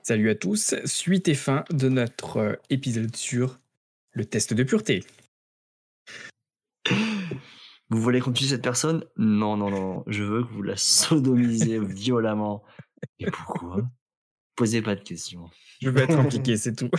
Salut à tous, suite et fin de notre épisode sur le test de pureté. Vous voulez qu'on tue cette personne? Non, non, non, je veux que vous la sodomisiez violemment. Et pourquoi? Posez pas de questions. Je veux être impliqué, c'est tout.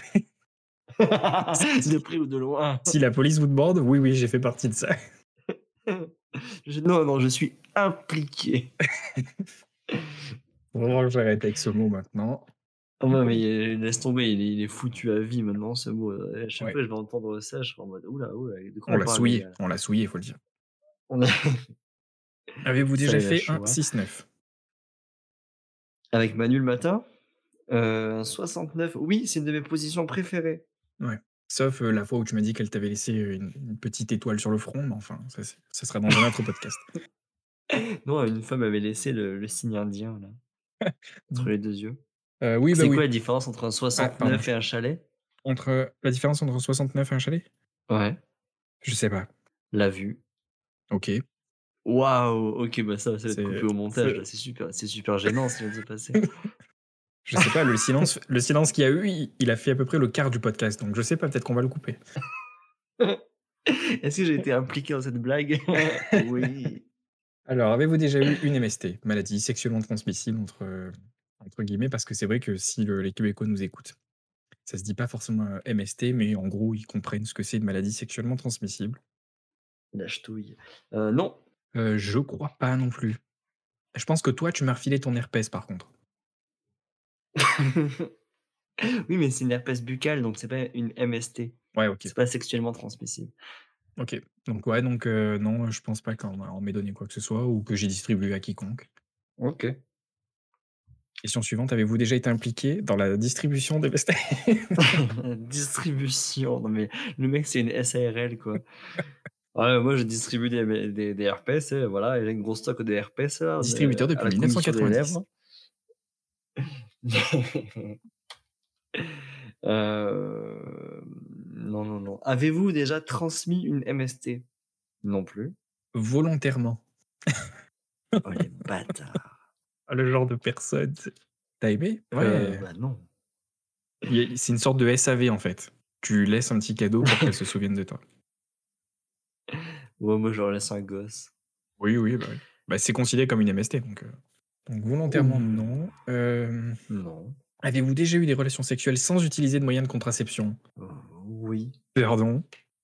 De Si, près ou de loin. si la police vous demande, oui, oui, j'ai fait partie de ça. Non, non, je suis impliqué. Vraiment, j'arrête avec ce mot maintenant. Ah ouais, mais laisse tomber, il est foutu à vie maintenant ce mot. À chaque Ouais, fois que je vais entendre ça, je serai en mode oula, oula, de quoi on on l'a parle les souillé, gars? on l'a souillé, faut le dire. On a... Avez-vous Ça déjà et la fait un Shoah. 6-9? Avec Manu le matin, 69, oui, c'est une de mes positions préférées. Ouais. Sauf la fois où tu m'as dit qu'elle t'avait laissé une petite étoile sur le front, mais enfin, ça sera dans un autre podcast. Non, une femme avait laissé le signe indien là, entre Mm. les deux yeux. Oui, bah C'est quoi oui. la différence entre un Ah, pardon. 69 et un chalet? Entre la différence entre 69 et un chalet? Ouais, Je sais pas. la vue. Ok. Waouh! OK, bah, ça va être coupé C'est, au montage là, c'est super gênant ce qui vient de se passer. Je sais pas, le silence qu'il y a eu, il a fait à peu près le quart du podcast, donc je sais pas, peut-être qu'on va le couper. Est-ce que j'ai été impliqué dans cette blague? Oui. Alors, avez-vous déjà eu une MST, maladie sexuellement transmissible entre guillemets, parce que c'est vrai que si les Québécois nous écoutent, ça se dit pas forcément MST, mais en gros, ils comprennent ce que c'est une maladie sexuellement transmissible. La ch'touille. Non. Je crois pas non plus. Je pense que toi, tu m'as refilé ton herpès par contre. Oui, mais c'est une herpès buccale, donc c'est pas une MST. Ouais, ok. C'est pas sexuellement transmissible. Ok. Donc ouais, donc non, je pense pas qu'on m'ait donné quoi que ce soit ou que j'ai distribué à quiconque. OK. Question suivante, avez-vous déjà été impliqué dans la distribution des MST? Distribution, non mais le mec c'est une SARL quoi. Ouais, moi je distribue des herpès, voilà, j'ai une grosse stock de herpès là, Distributeur à depuis la commission des 1990. lèvres. Non, non, non. Avez-vous déjà transmis une MST? Non plus. Volontairement. Oh les bâtards! Ah, le genre de personne, tu aimé? Ouais, Bah non. c'est une sorte de SAV, en fait. Tu laisses un petit cadeau pour qu'elle se souvienne de toi. Ouais, moi je leur laisse un gosse. Oui, oui, bah, oui. Bah, c'est considéré comme une MST, donc volontairement, Ouh, non. non. Avez-vous déjà eu des relations sexuelles sans utiliser de moyens de contraception? Oui. Pardon?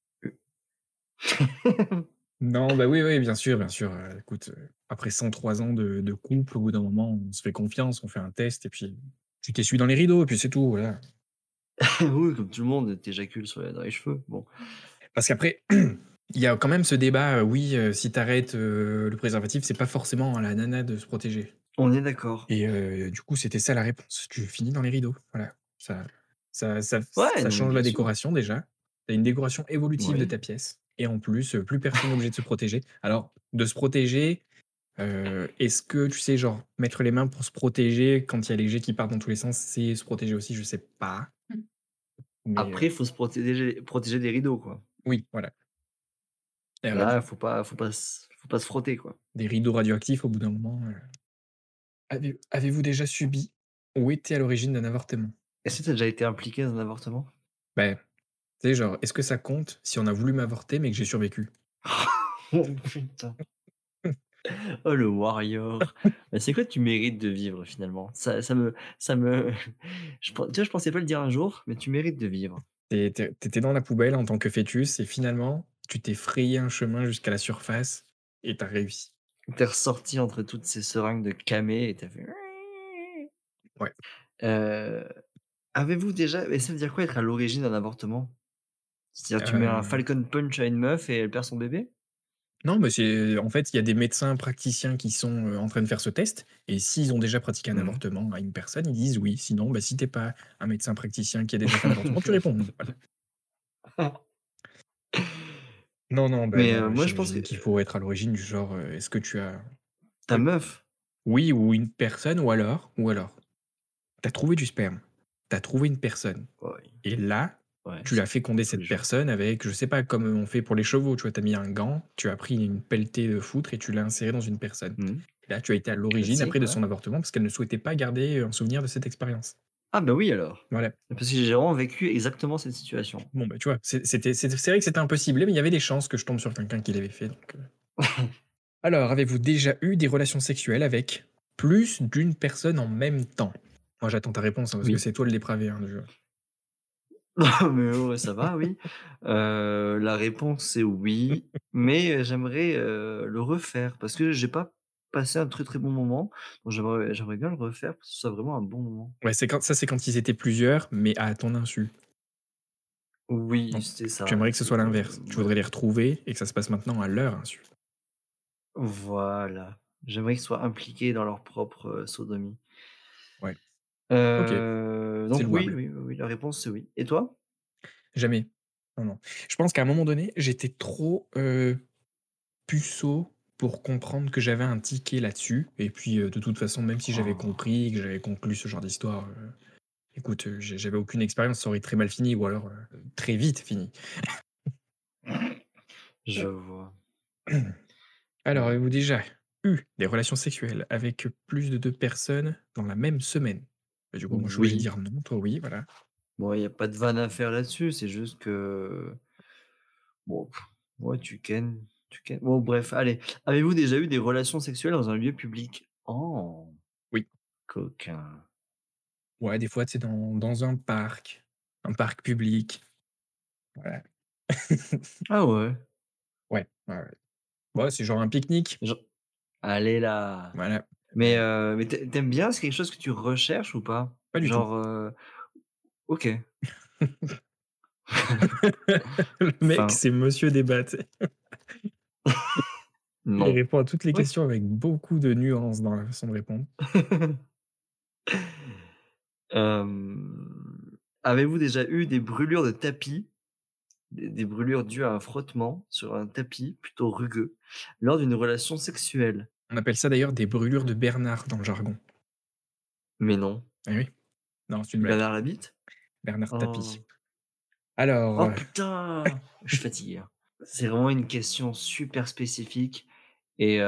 Non, bah, oui, oui, bien sûr, écoute, après 103 ans de couple, au bout d'un moment, on se fait confiance, on fait un test et puis tu t'essuies dans les rideaux et puis c'est tout, voilà. Oui, comme tout le monde, tu dans les cheveux, bon. Parce qu'après, il y a quand même ce débat, oui, si t'arrêtes le préservatif, c'est pas forcément à la nana de se protéger On est d'accord. et du coup, c'était ça la réponse. Tu finis dans les rideaux, voilà. Ouais, Ça non mais change la bien sûr. décoration déjà. Tu une décoration évolutive de Oui. ta pièce et en plus, plus personne n'est obligé de se protéger. Alors, de se protéger, est-ce que, tu sais, genre, mettre les mains pour se protéger quand il y a les jets qui partent dans tous les sens, c'est se protéger aussi? Je sais pas, mais Après, il faut se protéger des rideaux, quoi. oui, voilà. Et Là, faut pas se frotter, quoi. des rideaux radioactifs au bout d'un moment, avez-vous déjà subi ou été à l'origine d'un avortement? Est-ce que tu as déjà été impliqué dans un avortement? Ben, tu sais, genre, est-ce que ça compte si on a voulu m'avorter mais que j'ai survécu? Oh putain. Oh le warrior. Mais c'est quoi tu mérites de vivre finalement? Ça me tu vois, je pensais pas le dire un jour, mais tu mérites de vivre. Tu dans la poubelle en tant que fœtus et finalement, tu t'es frayé un chemin jusqu'à la surface et tu as réussi. Tu ressorti entre toutes ces seringues de camé et tu fait Ouais. heu, avez-vous déjà et ça veut dire quoi être à l'origine d'un avortement? C'est-à-dire tu mets un Heu, falcon punch à une meuf et elle perd son bébé? non, mais c'est en fait, il y a des médecins praticiens qui sont, en train de faire ce test et s'ils ont déjà pratiqué un Mmh. avortement à une personne, ils disent oui. Sinon, bah, si tu pas un médecin praticien qui a déjà fait un avortement, tu réponds non, voilà. Non, non, bah, Mais non, moi je pense que, j'imagine qu'il faut être à l'origine du genre, est-ce que tu as ta meuf oui ou une personne ou alors, tu as trouvé du sperme, tu as trouvé une personne ouais, et là, ouais, tu c'est l'as fécondé tous les cette jours. personne avec, je sais pas, comme on fait pour les chevaux, tu vois? Tu as mis un gant, tu as pris une pelletée de foutre et tu l'as inséré dans une personne. Mmh. Et là, tu as été à l'origine après Classique, de ouais. son avortement parce qu'elle ne souhaitait pas garder, un souvenir de cette expérience. Ah bah oui alors. Voilà. Parce que j'ai vraiment vécu exactement cette situation. Bon, bah, tu vois, c'est vrai que c'était un peu ciblé, mais il y avait des chances que je tombe sur quelqu'un qui l'avait fait, donc. Alors, avez-vous déjà eu des relations sexuelles avec plus d'une personne en même temps? Moi, j'attends ta réponse, hein, parce que Oui. c'est toi le dépravé, hein, du jeu. Non mais ouais, ça va, oui. La réponse c'est oui, mais j'aimerais, le refaire parce que j'ai pas passé un très, très bon moment. Donc j'aimerais bien le refaire pour que ce soit vraiment un bon moment. Ouais, c'est quand ils étaient plusieurs, mais à ton insu. Oui, Donc, c'était tu ça, aimerais que ce c'est soit l'inverse. Tu ouais, voudrais les retrouver et que ça se passe maintenant à leur insu. voilà. J'aimerais qu'ils soient impliqués dans leur propre, sodomie. Ouais, OK, c'est Donc oui, louable. oui, oui, oui, la réponse c'est oui. Et toi? Jamais. Non, non. Je pense qu'à un moment donné, j'étais trop, puceau pour comprendre que j'avais un ticket là-dessus et puis, de toute façon, même si j'avais Oh, compris, que j'avais conclu ce genre d'histoire, écoute, j'avais aucune expérience, ça aurait très mal fini ou alors, très vite fini. je vois. Alors, Ouais. avez-vous déjà eu des relations sexuelles avec plus de 2 personnes dans la même semaine? Bah, du coup, moi, je suis obligé de Oui. dire non, toi oui, voilà. Bon, il y a pas de vanne à faire là-dessus, c'est juste que bon, ouais, tu ken bon bref, allez. Avez-vous déjà eu des relations sexuelles dans un lieu public? Oh, Oui. coquin. Ouais, des fois, c'est dans un parc public, voilà. Ah ouais? Ouais, ouais, ouais. Ouais, c'est genre un pique-nique, Gen allez là. voilà. Mais Mais tu bien? C'est quelque chose que tu recherches ou pas? pas du tout. Genre, OK. Le mec, Enfin, c'est monsieur débat, tu sais. Il non. répond à toutes les Oui. questions avec beaucoup de nuances dans la façon de répondre. Avez-vous déjà eu des brûlures de tapis, des brûlures dues à un frottement sur un tapis plutôt rugueux lors d'une relation sexuelle? On appelle ça d'ailleurs des brûlures de Bernard dans le jargon. Mais non. Ah oui? Non, c'est une blague. Bernard Labitte? Bernard Tapie. Oh. Alors, Oh putain! Je suis fatigué, hein. C'est vraiment une question super spécifique et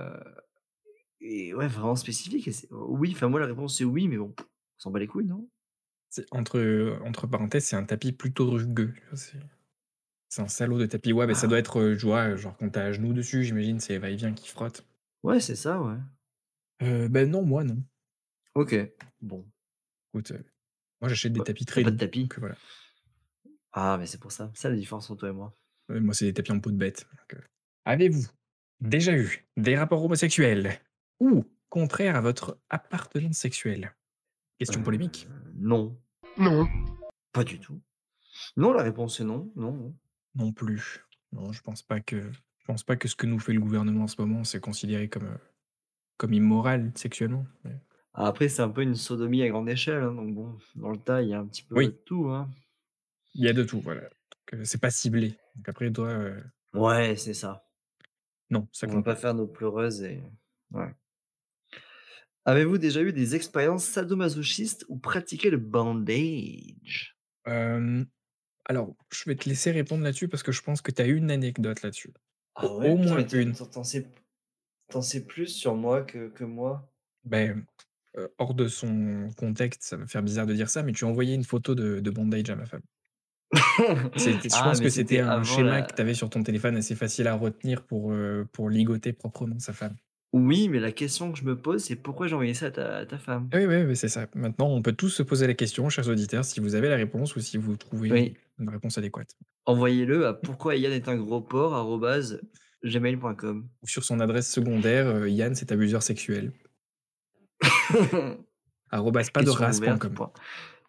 ouais, vraiment spécifique et c'est oui, enfin moi la réponse c'est oui, mais bon, on s'en bat les couilles, non? c'est entre parenthèses, c'est un tapis plutôt rugueux, tu vois? C'est un salaud de tapis. Ouais, mais ça doit Ah, être, tu vois, genre quand tu as à genoux dessus, j'imagine, c'est va-et-vient qui frotte. ouais, c'est ça, ouais. Bah, non, moi non. OK, bon, Écoute, moi j'achète des bah, tapis tu très pas de doux, tapis? donc voilà. Ah, mais c'est pour ça. C'est ça la différence entre toi et moi. Moi, c'est des tapis en peau de bête, donc. Avez-vous déjà eu des rapports homosexuels ou contraires à votre appartenance sexuelle? Question polémique. Non, pas du tout. Non, la réponse est non, non, non. Non plus. Non, je pense pas que ce que nous fait le gouvernement en ce moment, c'est considéré comme immoral sexuellement, mais Après, c'est un peu une sodomie à grande échelle, hein, donc bon, dans le tas, il y a un petit peu de oui, tout, hein. il y a de tout, voilà. Donc c'est pas ciblé. Donc après toi, Ouais, c'est ça. non, ça On va compte pas pas. faire nos pleureuses et ouais. Avez-vous déjà eu des expériences sadomasochistes ou pratiqué le bandage? Hem, alors, je vais te laisser répondre là-dessus parce que je pense que tu as une anecdote là-dessus. Ah Au ouais? Putain, moins mais une. tu en sais plus sur moi que moi. Ben, hors de son contexte, ça va faire bizarre de dire ça, mais tu as envoyé une photo de bondage à ma femme. Je Ah, pense mais que c'était c'était un avant schéma que la tu avais sur ton téléphone assez facile à retenir pour ligoter proprement sa femme. oui, mais la question que je me pose, c'est pourquoi j'ai envoyé ça à ta femme? Oui, oui, oui, c'est ça. Maintenant, on peut tous se poser la question, chers auditeurs, si vous avez la réponse ou si vous trouvez Oui. une réponse adéquate. Envoyez-le à pourquoi Yann est un gros porc arobase gmail.com. Ou sur son adresse secondaire, Yann, c'est abuseur sexuel. Arobase pas de Question ouverte, race.com. point.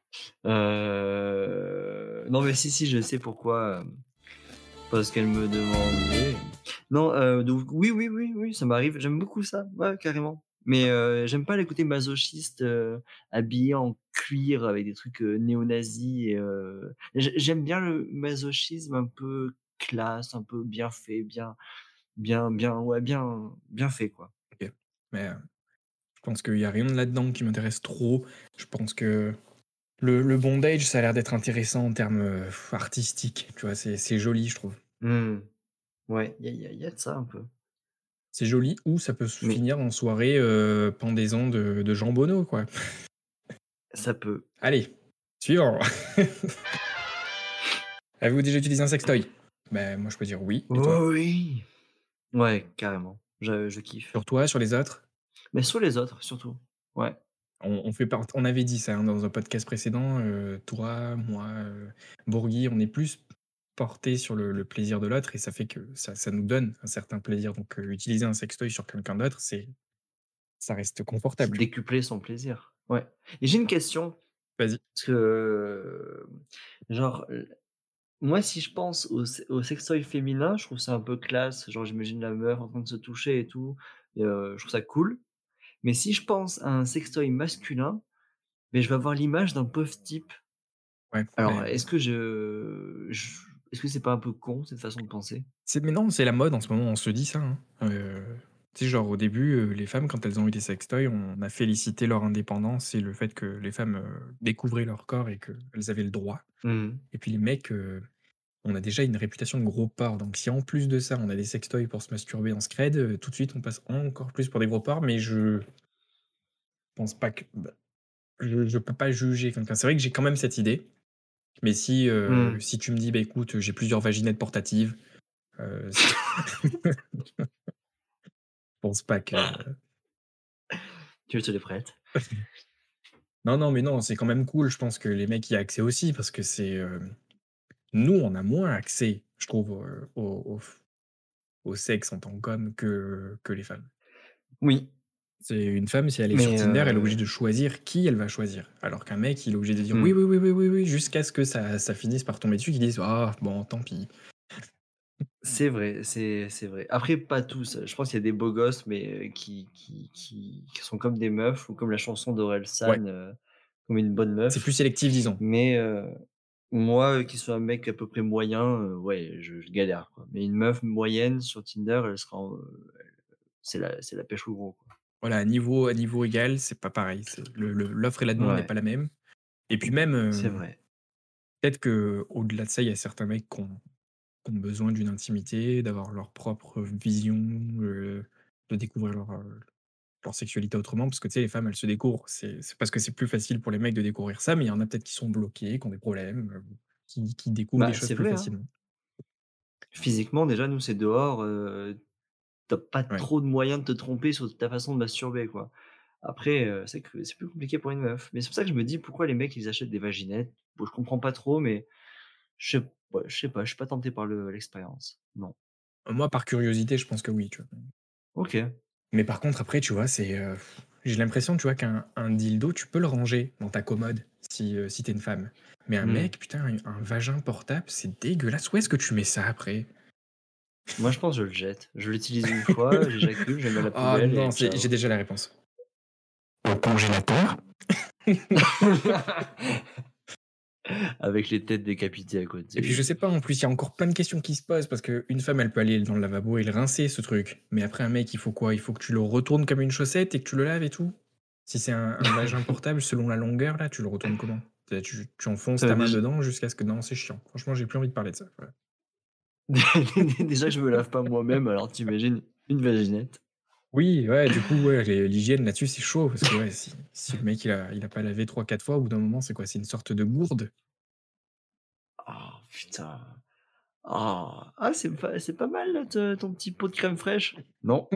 Non, mais si, si, je sais pourquoi, parce qu'elle me demandait. Non, donc oui, oui, oui, oui, ça m'arrive. J'aime beaucoup ça, ouais, carrément. Mais j'aime pas les côtés masochistes, habillés en cuir avec des trucs, néo-nazis et j'aime bien le masochisme un peu classe, un peu bien fait, bien ouais, bien fait, quoi. OK. Mais, je pense qu'il y a rien là-dedans qui m'intéresse trop. Je pense que le bondage, ça a l'air d'être intéressant en termes, artistiques, tu vois? C'est joli, je trouve. Mmh. Ouais, il y a de ça un peu. C'est joli ou ça peut se Mais finir en soirée, pendaison de jambonneau, quoi. Ça peut. Allez, suivant. Avez-vous déjà utilisé un sextoy? Ben moi, je peux dire oui. Et toi? Oh oui! Ouais, carrément. Je kiffe. Sur toi, sur les autres? Mais sur les autres, surtout. Ouais. On fait part on avait dit ça, hein, dans un podcast précédent, toi, moi, Bourgui, on est plus porté sur le plaisir de l'autre et ça fait que ça nous donne un certain plaisir donc utiliser un sextoy sur quelqu'un d'autre, ça reste C'est confortable. décupler son plaisir. Ouais. Et j'ai une question, Vas-y. parce que, genre, moi, si je pense au sextoy féminin, je trouve ça un peu classe. Genre, j'imagine la meuf en train de se toucher et tout, et je trouve ça cool. Mais si je pense à un sextoy masculin, mais je vais avoir l'image d'un pauvre type. Ouais, Alors, beh, est-ce que c'est pas un peu con, cette façon de penser? mais non, c'est la mode en ce moment, on se dit ça, hein. Tu sais, genre au début, les femmes quand elles ont eu des sextoys, on a félicité leur indépendance et le fait que les femmes, découvraient leur corps et qu'elles avaient le droit Mmh. et puis les mecs, on a déjà une réputation de gros porcs, donc si en plus de ça, on a des sextoys pour se masturber en scred, tout de suite on passe encore plus pour des gros porcs, mais je pense pas que je peux pas juger quelqu'un. C'est vrai que j'ai quand même cette idée, mais Mmh. si tu me dis: «Bah, écoute, j'ai plusieurs vaginettes portatives», c'est je pense pas que Tu te les prêtes. non, non, mais non, c'est quand même cool, je pense que les mecs y aient accès aussi parce que nous, on a moins accès, je trouve, au sexe en tant qu'homme que les femmes. Oui, C'est une femme, si elle est sur mais Tinder, elle est obligée de choisir qui elle va choisir. Alors qu'un mec, il est obligé de dire: «Oui, mmh, oui, oui, oui, oui, oui», jusqu'à ce que ça finisse par tomber dessus, qu'ils disent: «Ah bon, tant pis». c'est vrai, c'est vrai. Après, pas tous. Je pense qu'il y a des beaux gosses, mais qui sont comme des meufs ou comme la chanson Ouais, d'Orelsan, comme une bonne c'est plus meuf. sélectif, disons. Mais moi, qui soit un mec à peu près moyen, ouais, je galère, quoi. Mais une meuf moyenne sur Tinder, elle sera en c'est la pêche au gros, quoi. Voilà, à niveau égal, c'est pas pareil, c'est l'offre et la demande n'est Ouais, pas la même et puis même, c'est vrai. peut-être que au delà de ça, il y a certains mecs qui ont besoin d'une intimité, d'avoir leur propre vision, de découvrir leur sexualité autrement, parce que tu sais, les femmes, elles se découvrent. C'est parce que c'est plus facile pour les mecs de découvrir ça, mais il y en a peut-être qui sont bloqués, qui ont des problèmes, qui découvrent des Bah, choses c'est plus vrai, hein. facilement. Physiquement, déjà, nous, c'est dehors, tu pas Ouais. trop de moyens de te tromper sur ta façon de masturber, quoi. Après, c'est que c'est plus compliqué pour une meuf. Mais c'est pour ça que je me dis: «Pourquoi les mecs, ils achètent des vaginettes?» Bon, je comprends pas trop, mais je sais ouais, je sais pas, je suis pas tenté par l'expérience. Non. Moi, par curiosité, je pense que oui, tu vois? OK. Mais par contre, après, tu vois, j'ai l'impression, tu vois, qu'un dildo, tu peux le ranger dans ta commode si tu une femme. Mais un Mmh. mec, putain, un vagin portable, c'est dégueulasse. Où est-ce que tu mets ça après? Moi, je pense que je le jette. Je l'utilise une fois, j'éjacule, je le mets à la Oh poubelle non, et j'ai ciao. déjà la réponse. Au congélateur? Avec les têtes décapitées à Et puis je côté. sais pas, en plus, il y a encore plein de questions qui se posent parce qu'une femme, elle peut aller dans le lavabo et le rincer, ce truc. Mais après, un mec, il faut quoi? Il faut que tu le retournes comme une chaussette et que tu le laves et tout? Si c'est un vagin portable, selon la longueur, là, tu le retournes comment? Tu enfonces ta main Déj dedans jusqu'à ce que non, c'est chiant. Franchement, j'ai plus envie de parler de ça, voilà. déjà, je me lave pas moi-même, alors tu imagines une vaginette. Oui, ouais, du coup, ouais, l'hygiène là-dessus, c'est chaud parce que, ouais, si le mec, il a pas lavé 3 4 fois, au bout d'un moment, c'est quoi? C'est une sorte de gourde? Oh putain. Ah! Ah, c'est pas mal là te ton petit pot de crème fraîche? Non.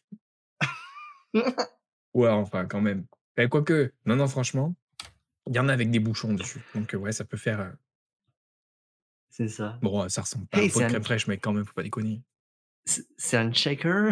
Ouais, enfin, quand même. Quoique, non, non, franchement, il y en a avec des bouchons dessus. Donc, ouais, ça peut faire, C'est ça. bon, ça ressemble pas à un Hey, pot de crème fraîche, mais quand même, faut pas déconner. c'est un shaker?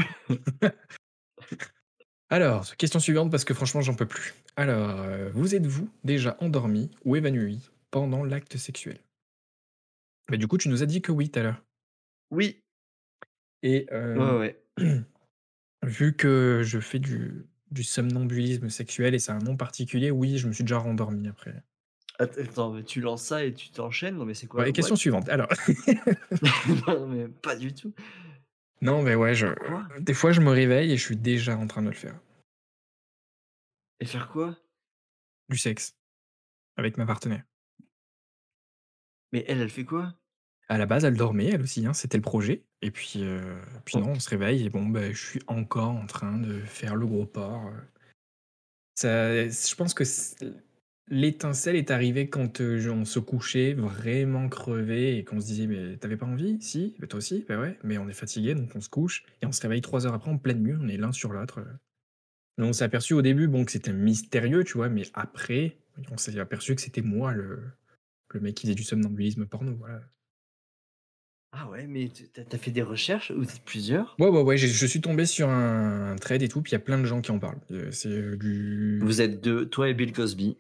Alors, question suivante parce que franchement, j'en peux plus. Alors, vous êtes-vous déjà endormi ou évanoui pendant l'acte sexuel? Bah, du coup, tu nous as dit que oui tout à l'heure Oui. et Ouais, ouais. vu que je fais du somnambulisme sexuel et c'est un nom particulier, oui, je me suis déjà rendormi après. Attends, mais tu lances ça et tu t'enchaînes? Non, mais c'est quoi? Ouais, What? question suivante. Alors, Non, mais pas du tout. non, mais ouais, Quoi? des fois, je me réveille et je suis déjà en train de le faire. Et faire quoi? Du sexe avec ma partenaire. Mais elle fait quoi? À la base, elle dormait, elle aussi, hein, c'était le projet et puis Mmh. non, on se réveille et bon, bah, je suis encore en train de faire le gros porc. Ça je pense que l'étincelle est arrivée quand, on se couchait vraiment crevé et qu'on se disait: «Mais tu pas envie? Si? Bah, toi aussi? Bah, ouais». Mais on est fatigué donc on se couche et on se réveille 3 heures après en pleine nuit, on est l'un sur l'autre. On s'est aperçu au début, bon, que c'était mystérieux, tu vois? Mais après, on s'est aperçu que c'était moi le mec qui faisait du somnambulisme porno, voilà. Ah ouais, mais tu as fait des recherches? Vous êtes plusieurs? Ouais, ouais, ouais, je suis tombé sur un thread et tout, puis il y a plein de gens qui en parlent. C'est, du Vous êtes 2, toi et Bill Cosby.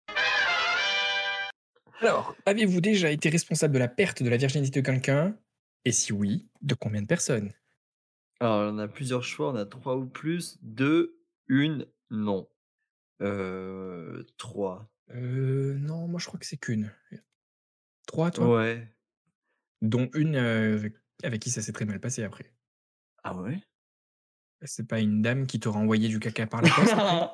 alors, avez-vous déjà été responsable de la perte de la virginité de quelqu'un? Et si oui, de combien de personnes? Alors, on a plusieurs choix, on a 3 ou plus, 2, 1, non. 3. Non, moi je crois que c'est qu'une. 3 toi? Ouais. Dont une, avec qui ça s'est très mal passé après. Ah ouais? C'est pas une dame qui t'aura envoyé du caca par la poste après?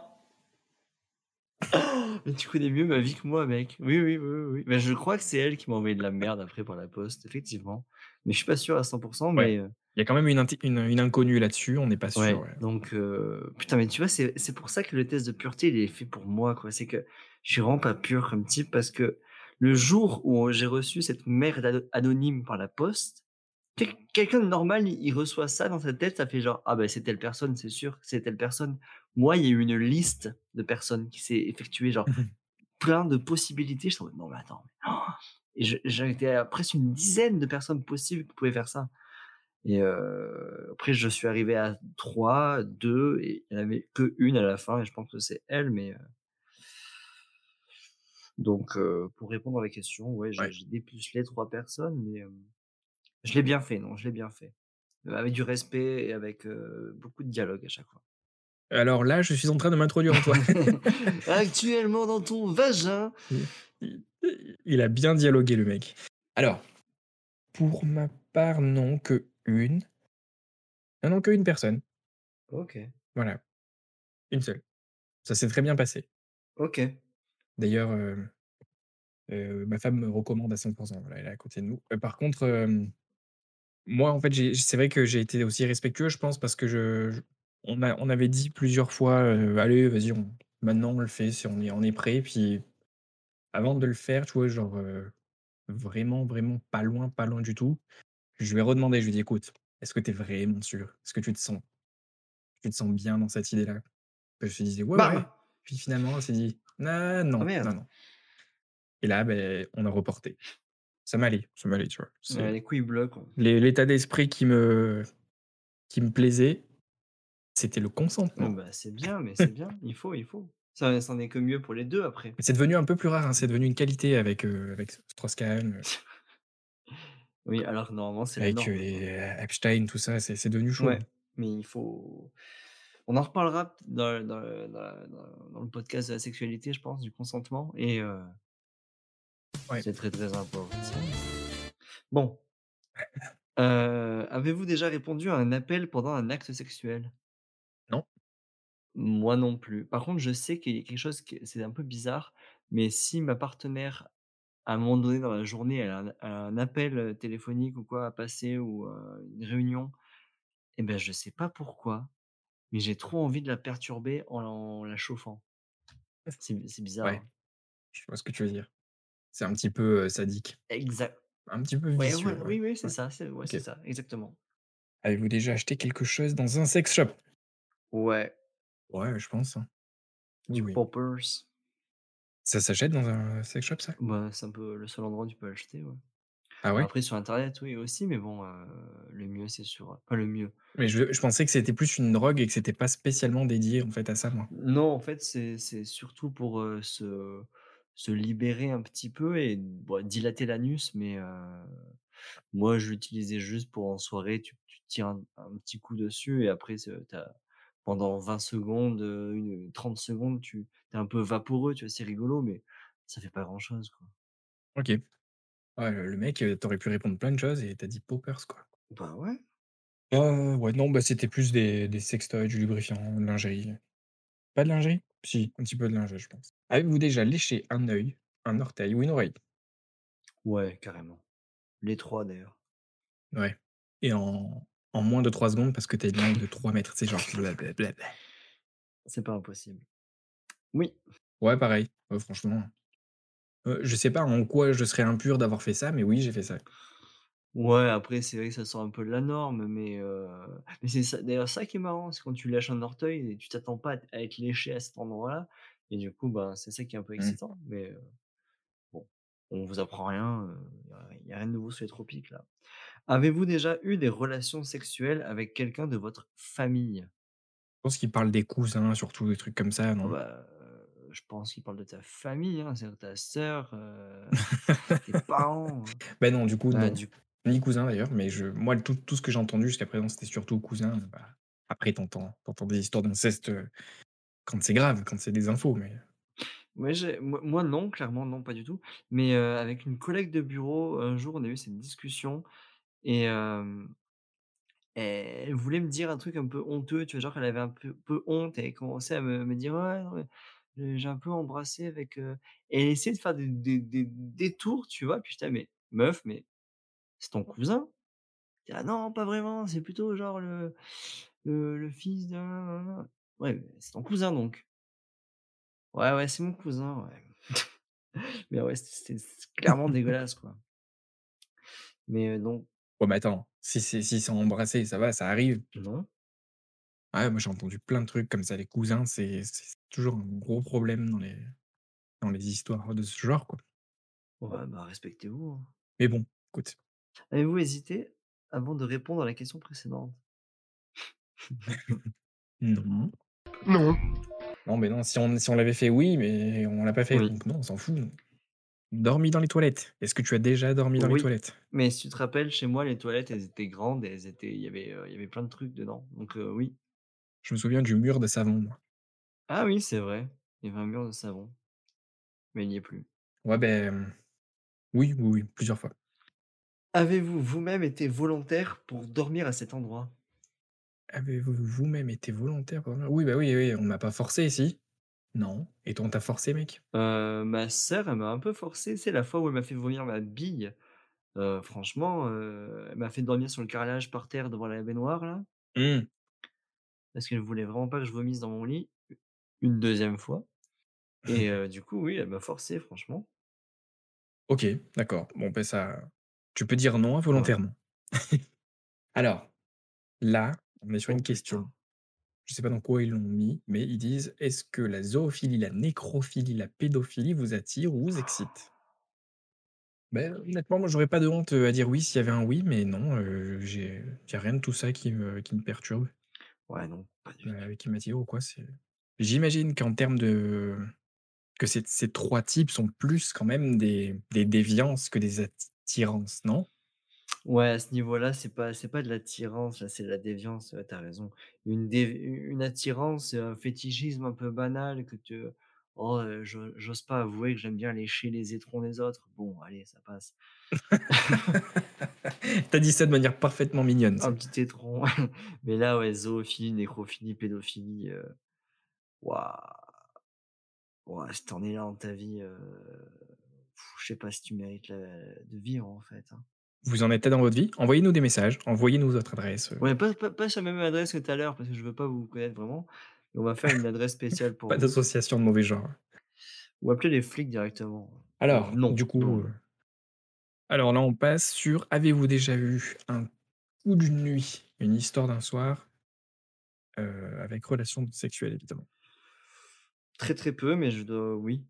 Mais tu connais mieux ma vie que moi, mec. Oui, oui, oui, oui, oui. Bah, je crois que c'est elle qui m'a envoyé de la merde après par la poste, effectivement. Mais je suis pas sûr à 100, Ouais. mais Il y a quand même une inconnue là-dessus, on n'est pas sûr, ouais, ouais. donc putain, mais tu vois, c'est pour ça que le test de pureté, il est fait pour moi, quoi. C'est que je suis vraiment pas pur comme type parce que le jour où j'ai reçu cette merde anonyme par la poste, quelqu'un de normal, il reçoit ça dans sa tête, ça fait genre: «Ah bah, c'est telle personne, c'est sûr, c'est telle personne». Moi, il y a eu une liste de personnes qui s'est effectuée, genre plein de possibilités. Je suis en mode: «Non mais attends, et j'en étais à presque une dizaine de personnes possibles qui pouvaient faire ça et après je suis arrivé à 3, 2 et il y en avait que une à la fin et je pense que c'est elle, mais donc pour répondre à la question, ouais, Ouais. j'ai dépucelé 3 personnes, mais je l'ai bien fait, non, je l'ai bien fait. Avec du respect et avec, beaucoup de dialogue à chaque fois. Alors là, je suis en train de m'introduire en toi. Actuellement dans ton vagin. Il il a bien dialogué le mec. Alors, pour ma part, non, que une. Ah non, que une personne. OK, Voilà, une seule. Ça s'est très bien passé. OK. D'ailleurs, ma femme me recommande à 100. Voilà, elle est à côté de nous. Par contre, moi, en fait, c'est vrai que j'ai été aussi respectueux, je pense, parce que on avait dit plusieurs fois, «Allez, vas-y, maintenant on le fait, si on est prêt». Puis avant de le faire, tu vois, genre, vraiment, vraiment pas loin du tout, je lui ai redemandé, je lui ai dit: «Écoute, est-ce que tu es vraiment sûr? Est-ce que tu te sens bien dans cette idée-là?» Elle se disait: «Ouais, Bam! ouais». Puis finalement, elle s'est dit: «Ah Ah non, non, merde! non». Et là, beh, on a reporté. Ça m'allait, tu vois? C'est Les couilles bleues, quoi. l'état d'esprit qui me plaisait, c'était le consentement. Bah, c'est bien, mais c'est bien, il faut. Ça n'est que mieux pour les 2 après. C'est devenu un peu plus rare, hein, c'est devenu une qualité avec Strauss-Kahn, Oui, alors que normalement, c'est la avec, norme, les quoi. Epstein, tout ça, c'est devenu chaud, Ouais, hein. mais il faut on en reparlera dans le podcast de la sexualité, je pense, du consentement et Ouais. c'est très, très important. Bon, avez-vous déjà répondu à un appel pendant un acte sexuel? Non? Moi non plus. Par contre, je sais qu'il y a quelque chose qui c'est un peu bizarre, mais si ma partenaire, à un moment donné dans la journée, elle a un appel, téléphonique ou quoi à passer ou, une réunion et ben, je sais pas pourquoi, mais j'ai trop envie de la perturber en la chauffant. C'est bizarre, Ouais, hein? je vois ce que tu veux dire. C'est un petit peu, sadique, Exact. un petit peu Ouais, vicieux, voilà, ouais. oui, oui, c'est Ouais, ça, c'est OK. ça, exactement. Avez-vous déjà acheté quelque chose dans un sex shop? Ouais, Ouais, je pense, hein. Oui, du oui. poppers. Ça s'achète dans un sex shop, ça? Bah, c'est un peu le seul endroit où tu peux acheter, ouais. Ah Bah, ouais? après sur internet, oui, aussi, mais bon, le mieux c'est sur, enfin le mieux. Mais je pensais que c'était plus une drogue et que c'était pas spécialement dédié, en fait, à ça, moi. Non, en fait, c'est surtout pour, se libérer un petit peu et bon, dilater l'anus, mais moi, je l'utilisais juste pour en soirée, tu tires un petit coup dessus et après tu pendant 20 secondes, 30 secondes, tu es un peu vaporeux, tu vois? C'est rigolo, mais ça fait pas grand chose, quoi. OK. Ouais, le mec, tu pu répondre plein de choses et tu dit poppers, quoi. Bah, ouais. Ouais, non, bah, c'était plus des sextoys, du lubrifiant, de lingerie. Pas de lingerie? Si, un petit peu de lingerie, je pense. Avez-vous déjà léché un œil, un orteil ou une oreille? Ouais, carrément. Les 3 d'ailleurs. Ouais. Et en moins de 3 secondes parce que tu as une langue de 3 mètres, c'est genre blablabla. C'est pas impossible. Oui. Ouais, pareil, franchement, je sais pas en quoi je serais impur d'avoir fait ça, mais oui, j'ai fait ça. Ouais, après, c'est vrai que ça sort un peu de la norme, mais c'est ça d'ailleurs ça qui est marrant, c'est quand tu lèches un orteil et tu t'attends pas à être léché à cet endroit-là et du coup, ben, c'est ça qui est un peu Mmh. excitant, bon, on vous apprend rien, y a rien de nouveau sur les tropiques, là. Avez-vous déjà eu des relations sexuelles avec quelqu'un de votre famille? Je pense qu'il parle des cousins, surtout des trucs comme ça, Ah non? bah, je pense qu'il parle de ta famille, hein, c'est-à-dire ta sœur, tes parents, Ben non, du coup, bah, non. du Ni cousin d'ailleurs, mais moi, tout ce que j'ai entendu jusqu'à présent, c'était surtout cousin, bah, après tu entends des histoires d'inceste, quand c'est grave, quand c'est des infos, mais moi non, clairement non, pas du tout. Avec une collègue de bureau, un jour, on a eu cette discussion et elle voulait me dire un truc un peu honteux, tu vois? Genre, elle avait un peu honte et elle commençait à me dire: «Ouais, non, mais j'ai un peu embrassé avec, et elle essayait de faire des détours, tu vois? Puis j'étais là: «Mais meuf, mais c'est ton cousin?» Elle dit: «Ah non, pas vraiment, c'est plutôt genre le fils de nin «Ouais, mais c'est ton cousin donc?» «Ouais, ouais, c'est mon cousin, ouais». Mais ouais, c'est clairement dégueulasse, quoi. Non, ouais, mais attends, si c'est embrassé, ça va, ça arrive. non. Ouais, moi, j'ai entendu plein de trucs comme ça, les cousins, c'est toujours un gros problème dans les histoires de ce genre, quoi. Ouais, bah, respectez-vous, hein. Mais bon, écoute. Avez-vous hésité avant de répondre à la question précédente? Non. Non. Non, mais non, si on l'avait fait, oui, mais on l'a pas fait, Oui. donc non, on s'en fout, nous. Dormi dans les toilettes. Est-ce que tu as déjà dormi dans les Oui, toilettes? mais si tu te rappelles, chez moi, les toilettes, elles étaient grandes et il y avait plein de trucs dedans, oui. Je me souviens du mur de savon, moi. Ah oui, c'est vrai, il y avait un mur de savon, mais il n'y est plus. Ouais, oui, oui, oui, plusieurs fois. Avez-vous vous-même été volontaire pour dormir à cet endroit? Avez-vous vous-même été volontaire pour dormir? Oui, bah, oui, oui, on m'a pas forcé, si? Non. Et toi, on t'a forcé, mec? Ma sœur, elle m'a un peu forcé, c'est la fois où elle m'a fait vomir ma bille. Franchement, elle m'a fait dormir sur le carrelage par terre devant la baignoire là, Mmh. parce qu'elle voulait vraiment pas que je vomisse dans mon lit, une deuxième fois du coup, oui, elle m'a forcé franchement. OK, d'accord. Bon, ben ça tu peux dire non Ouais. involontairement. Alors, là, on est sur Oh une question. putain. Je sais pas dans quoi ils l'ont mis, mais ils disent: «Est-ce que la zoophilie, la nécrophilie, la pédophilie vous attire ou vous excite?» Ben honnêtement, moi, j'aurais pas de honte, à dire oui s'il y avait un oui, mais non, il y a rien de tout ça qui me perturbe, Ouais, non, pas du tout. qui m'attire ou quoi, j'imagine qu'en termes de que ces 3 types sont plus quand même des déviances que des attirances, non? Ouais, à ce niveau-là, c'est pas de l'attirance, là, c'est de la déviance, ouais, tu raison. Une attirance, c'est un fétichisme un peu banal que tu «Oh, j'ose pas avouer que j'aime bien lécher les étrons des autres». Bon, allez, ça passe. Tu as dit ça de manière parfaitement mignonne, ça. Un petit étron. Mais là, ouais, zoophilie, nécrophilie, pédophilie, waouh, waouh, si tu es là dans ta vie, je sais pas si tu mérites de vivre, en fait, hein. Vous en êtes là dans votre vie? Envoyez-nous des messages, envoyez-nous votre adresse, Ouais, pas sur la même adresse que tout à l'heure parce que je veux pas vous connaître vraiment. Et on va faire une adresse spéciale pour pas vous. d'association de mauvais genre. Ou appeler les flics directement. Bon, Alors, non, du non, coup, non. alors là, on passe sur avez-vous déjà eu un coup d'une nuit, une histoire d'un soir, avec relation sexuelle évidemment? Très, très peu, mais je dois oui,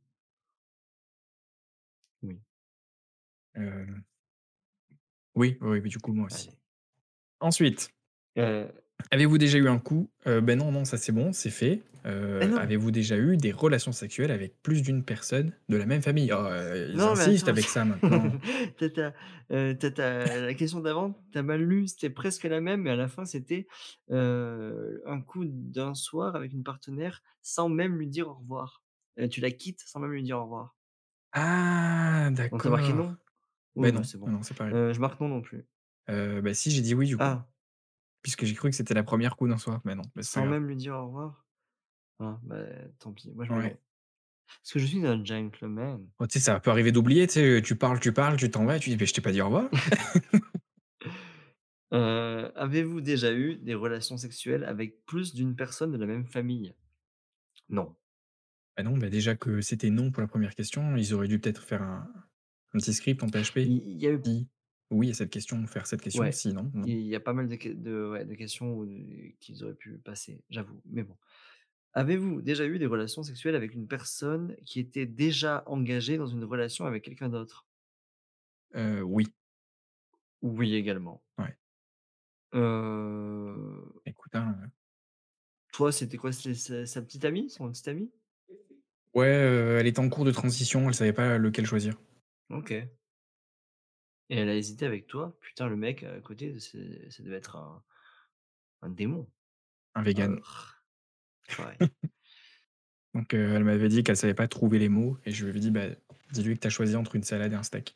oui, Heu, oui, oui, oui, du coup, moi aussi. allez. Ensuite, Heu, avez-vous déjà eu un coup beh, non, non, ça c'est bon, c'est fait. non! Avez-vous déjà eu des relations sexuelles avec plus d'une personne de la même famille? Oh, ils Non, mais insistent attends, avec ça maintenant. tu as la question d'avant, t'as mal lu, c'était presque la même, mais à la fin, c'était, un coup d'un soir avec une partenaire sans même lui dire au revoir. Tu la quittes sans même lui dire au revoir. Ah Donc tu as marqué d'accord! non? Oui, Beh, bah, non, c'est non, bon. non, c'est pareil. Je marque non, non plus. Bah, si, j'ai dit oui du coup, Ah, puisque j'ai cru que c'était la première coup d'un soir, mais non, mais c'est pas sans grave. même lui dire au revoir? Ah, bah, tant pis, moi je mets non. Ouais. Parce que je suis un gentleman. Oh, tu sais, ça peut arriver d'oublier, tu sais, tu parles, tu t'en vas et tu dis: «Beh, je t'ai pas dit au revoir». Avez-vous déjà eu des relations sexuelles avec plus d'une personne de la même famille? Non. Bah, non, bah, déjà que c'était non pour la première question, ils auraient dû peut-être faire un petit script en PHP. Il y a eu Si oui à cette question, faire cette question, ouais, si non, non. il y a pas mal de questions où qu'ils auraient pu passer, j'avoue, mais bon. Avez-vous déjà eu des relations sexuelles avec une personne qui était déjà engagée dans une relation avec quelqu'un d'autre? Oui, Oui, également. ouais. Heu, Écoute, hein, toi, c'était quoi? C'est sa petite amie? Son petite amie? ouais, elle était en cours de transition, elle savait pas lequel choisir. OK, et elle a hésité avec toi? Putain, le mec à côté, ça devait être un démon. Un vegan. Urgh, purée. Donc elle m'avait dit qu'elle savait pas trouver les mots et je lui avais dit: «Bah, dis-lui que tu as choisi entre une salade et un steak».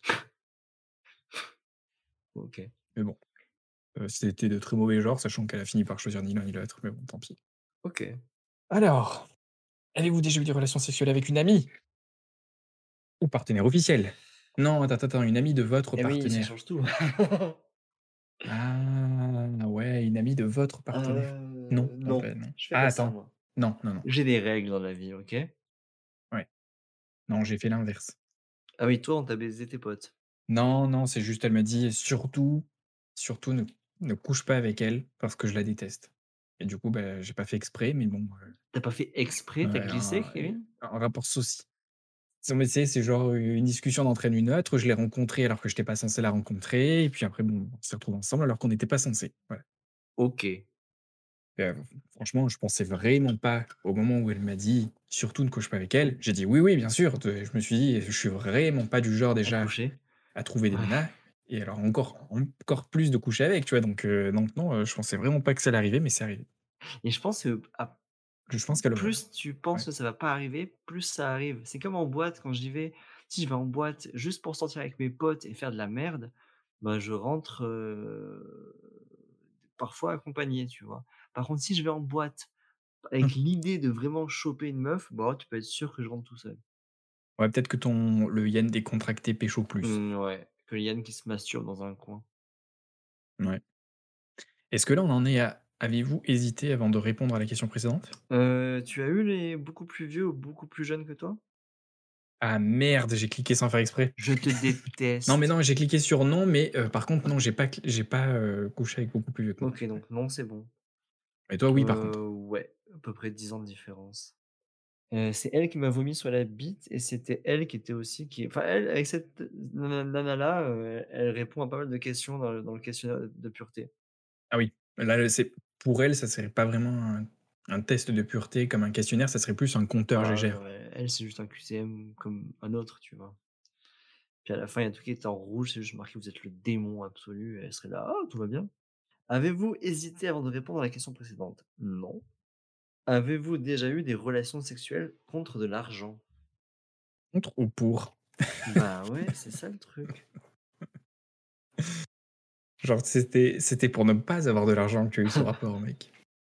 OK, Mais bon, c'était de très mauvais genre, sachant qu'elle a fini par choisir ni l'un ni l'autre, mais bon, tant pis. OK. Alors, avez-vous déjà eu des relations sexuelles avec une amie ou partenaire officiel? Non, attends, une amie de votre Eh oui, ça partenaire. change tout. Ah ouais, une amie de votre partenaire. Non, bon, Non, bah, non. je fais Ah pas ça attends, moi. non, non, non, J'ai des règles dans la vie, OK? ouais, non, j'ai fait l'inverse. Ah oui, toi, on t'a baisé tes potes. Non, non, c'est juste elle m'a dit: «Surtout ne couche pas avec elle parce que je la déteste» et du coup, bah, j'ai pas fait exprès mais bon, Tu as pas fait exprès, tu as ouais, glissé, Kevin? un rapport non mais c'est genre une discussion n'entraîne une autre, je l'ai rencontrée alors que j'étais pas censé la rencontrer et puis après bon, on s'est retrouvés ensemble alors qu'on n'était pas censés, voilà. OK. Et franchement, je pensais vraiment pas au moment où elle m'a dit: «Surtout ne couche pas avec elle». J'ai dit: «Oui, oui, bien sûr», je me suis dit: «Je suis vraiment pas du genre À déjà coucher? à trouver des Ouais, nanas et alors encore plus de coucher avec», tu vois? Donc non, je pensais vraiment pas que ça allait arriver, mais c'est arrivé. et je pense que Je pense qu'elle, plus tu penses ouais. que ça va pas arriver, plus ça arrive. C'est comme en boîte quand j'y vais. Si je vais en boîte juste pour sortir avec mes potes et faire de la merde, bah, je rentre, parfois accompagné, tu vois? Par contre, si je vais en boîte avec l'idée de vraiment choper une meuf, bah, tu peux être sûr que je rentre tout seul. Ouais, peut-être que ton le yen décontracté pécho plus. Mmh, ouais, que Yann qui se masturbe dans un coin. Ouais. Est-ce que là, on en est à avez-vous hésité avant de répondre à la question précédente? Tu as eu les beaucoup plus vieux ou beaucoup plus jeunes que toi? Ah merde, j'ai cliqué sans faire exprès. Je te Non, mais déteste. non, j'ai cliqué sur non, mais par contre, non, j'ai pas, couché avec beaucoup plus vieux que moi. OK, donc non, c'est bon. Mais toi, oui, par contre. Ouais, à peu près 10 ans de différence. C'est elle qui m'a vomi sur la bite et c'était elle qui était aussi qui enfin elle avec cette nana là, elle répond à pas mal de questions dans le questionnaire de pureté. Ah oui, là, c'est pour elle, ça serait pas vraiment un test de pureté comme un questionnaire, ça serait plus un compteur Ah Gégère. non, elle c'est juste un QCM comme un autre, tu vois? Puis à la fin, il y a tout qui est en rouge, c'est juste marqué: «Vous êtes le démon absolu» et elle serait là: «Ah, tout va bien». Avez-vous hésité avant de répondre à la question précédente? Non. Avez-vous déjà eu des relations sexuelles contre de l'argent? Contre ou pour? Bah ouais, c'est ça le truc. Genre, c'était pour ne pas avoir de l'argent que tu as eu ce rapport, mec.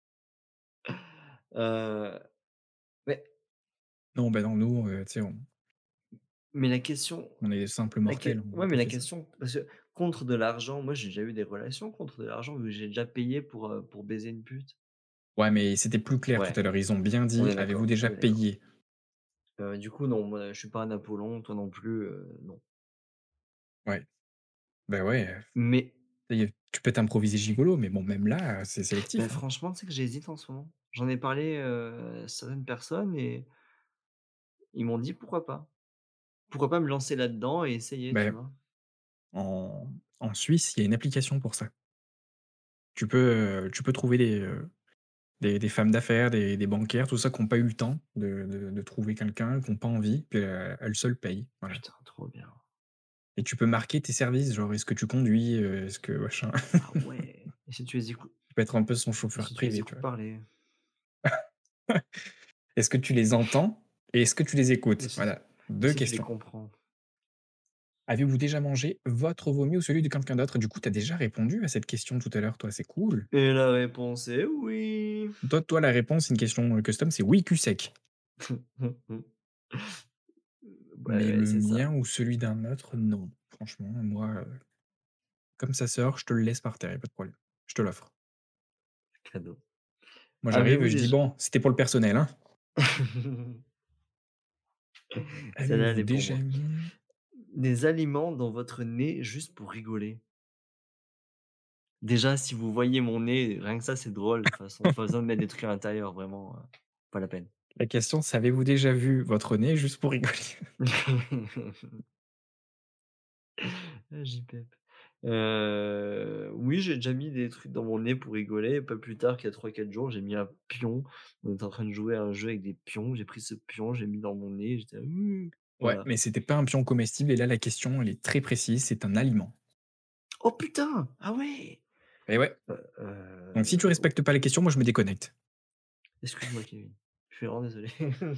Heu, mais Non, bah, non, nous, tu sais, mais la question on est des simples la que mortels, on n'a ouais, mais pas la fait ça. question parce que contre de l'argent, moi j'ai déjà eu des relations contre de l'argent où j'ai déjà payé pour baiser une pute. Ouais, mais c'était plus clair tout Ouais, à l'heure, ils ont bien on dit: est «Avez-vous d'accord, déjà on est d'accord. payé?» Du coup non, moi je suis pas un Apollon, toi non plus, non. Ouais, bah, ouais, Mais tu peux t'improviser gigolo, mais bon, même là, c'est bah, sélectif, hein. franchement, tu sais que j'hésite en ce moment. J'en ai parlé, à certaines personnes et ils m'ont dit: «Pourquoi pas?» Pourquoi pas me lancer là-dedans et essayer, tu Beh, vois? en Suisse, il y a une application pour ça. Tu peux trouver des femmes d'affaires, des banquières, tout ça, qui ont pas eu le temps de trouver quelqu'un, qui ont pas envie, puis, elles seules payent, voilà. Putain, trop bien. Et tu peux marquer tes services, genre: «Est-ce que tu conduis?» «Est-ce que machin?» Ah ouais! Tu peux être un peu son Et chauffeur si tu les privé, tu écoutes vois? parler? Est-ce que tu les entends et est-ce que tu les Et écoutes? si Voilà, et 2 si tu les questions. comprends? Avez-vous déjà mangé votre vomi ou celui de quelqu'un d'autre? Du coup, tu as déjà répondu à cette question tout à l'heure, toi, c'est cool. Et la réponse est oui! Toi, la réponse, c'est une question, custom, c'est oui cul sec. Ouais, Mais ouais, le c'est ça, mien ou celui d'un autre, non. Franchement, moi, comme ça sort, je te le laisse par terre, y a pas de problème. Je te l'offre. cadeau. Moi, j'arrive, Avez-vous je dis: déjà «Bon, c'était pour le personnel, hein?» Celle-là, elle Avez-vous est pour déjà moi. mis Des aliments dans votre nez juste pour rigoler. Déjà, si vous voyez mon nez, rien que ça, c'est drôle de toute façon. Pas besoin de mettre des trucs à l'intérieur, vraiment, pas la peine. la question, c'est avez-vous déjà vu votre nez juste pour rigoler? Ah, JPEP. Oui, j'ai déjà mis des trucs dans mon nez pour rigoler. Pas plus tard qu'il y a 3 4 jours, j'ai mis un pion. On était en train de jouer à un jeu avec des pions. J'ai pris ce pion, j'ai mis dans mon nez, j'étais là: «Mmh». Ouais, Voilà. mais c'était pas un pion comestible et là, la question, elle est très précise, c'est un aliment. Oh putain! Ah ouais! Et ouais, donc si tu Heu, respectes pas les questions, moi je me déconnecte. excuse-moi Kevin, je suis vraiment désolé.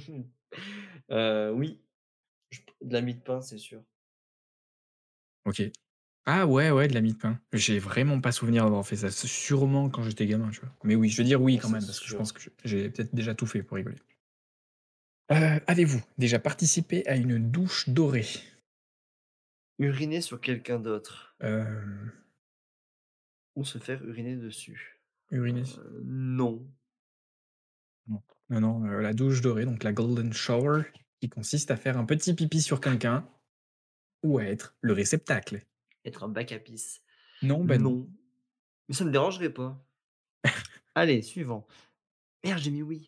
Oui, je de la mie de pain, c'est sûr. OK. Ah ouais, ouais, de la mie de pain. J'ai vraiment pas souvenir d'avoir fait ça. C'est sûrement quand j'étais gamin, tu vois? Mais oui, je vais dire oui Ah, quand c'est même parce que je pense sûr. que j'ai peut-être déjà tout fait pour rigoler. Avez-vous déjà participé à une douche dorée? Uriner sur quelqu'un d'autre Hem, ou se faire uriner dessus? uriner Non. non. Non, non, la douche dorée, donc la golden shower, qui consiste à faire un petit pipi sur quelqu'un ou à être le réceptacle. Être un bac à pisse? Non, ben non. Non. Mais ça me dérangerait pas. Allez, suivant. Merde, j'ai mis oui.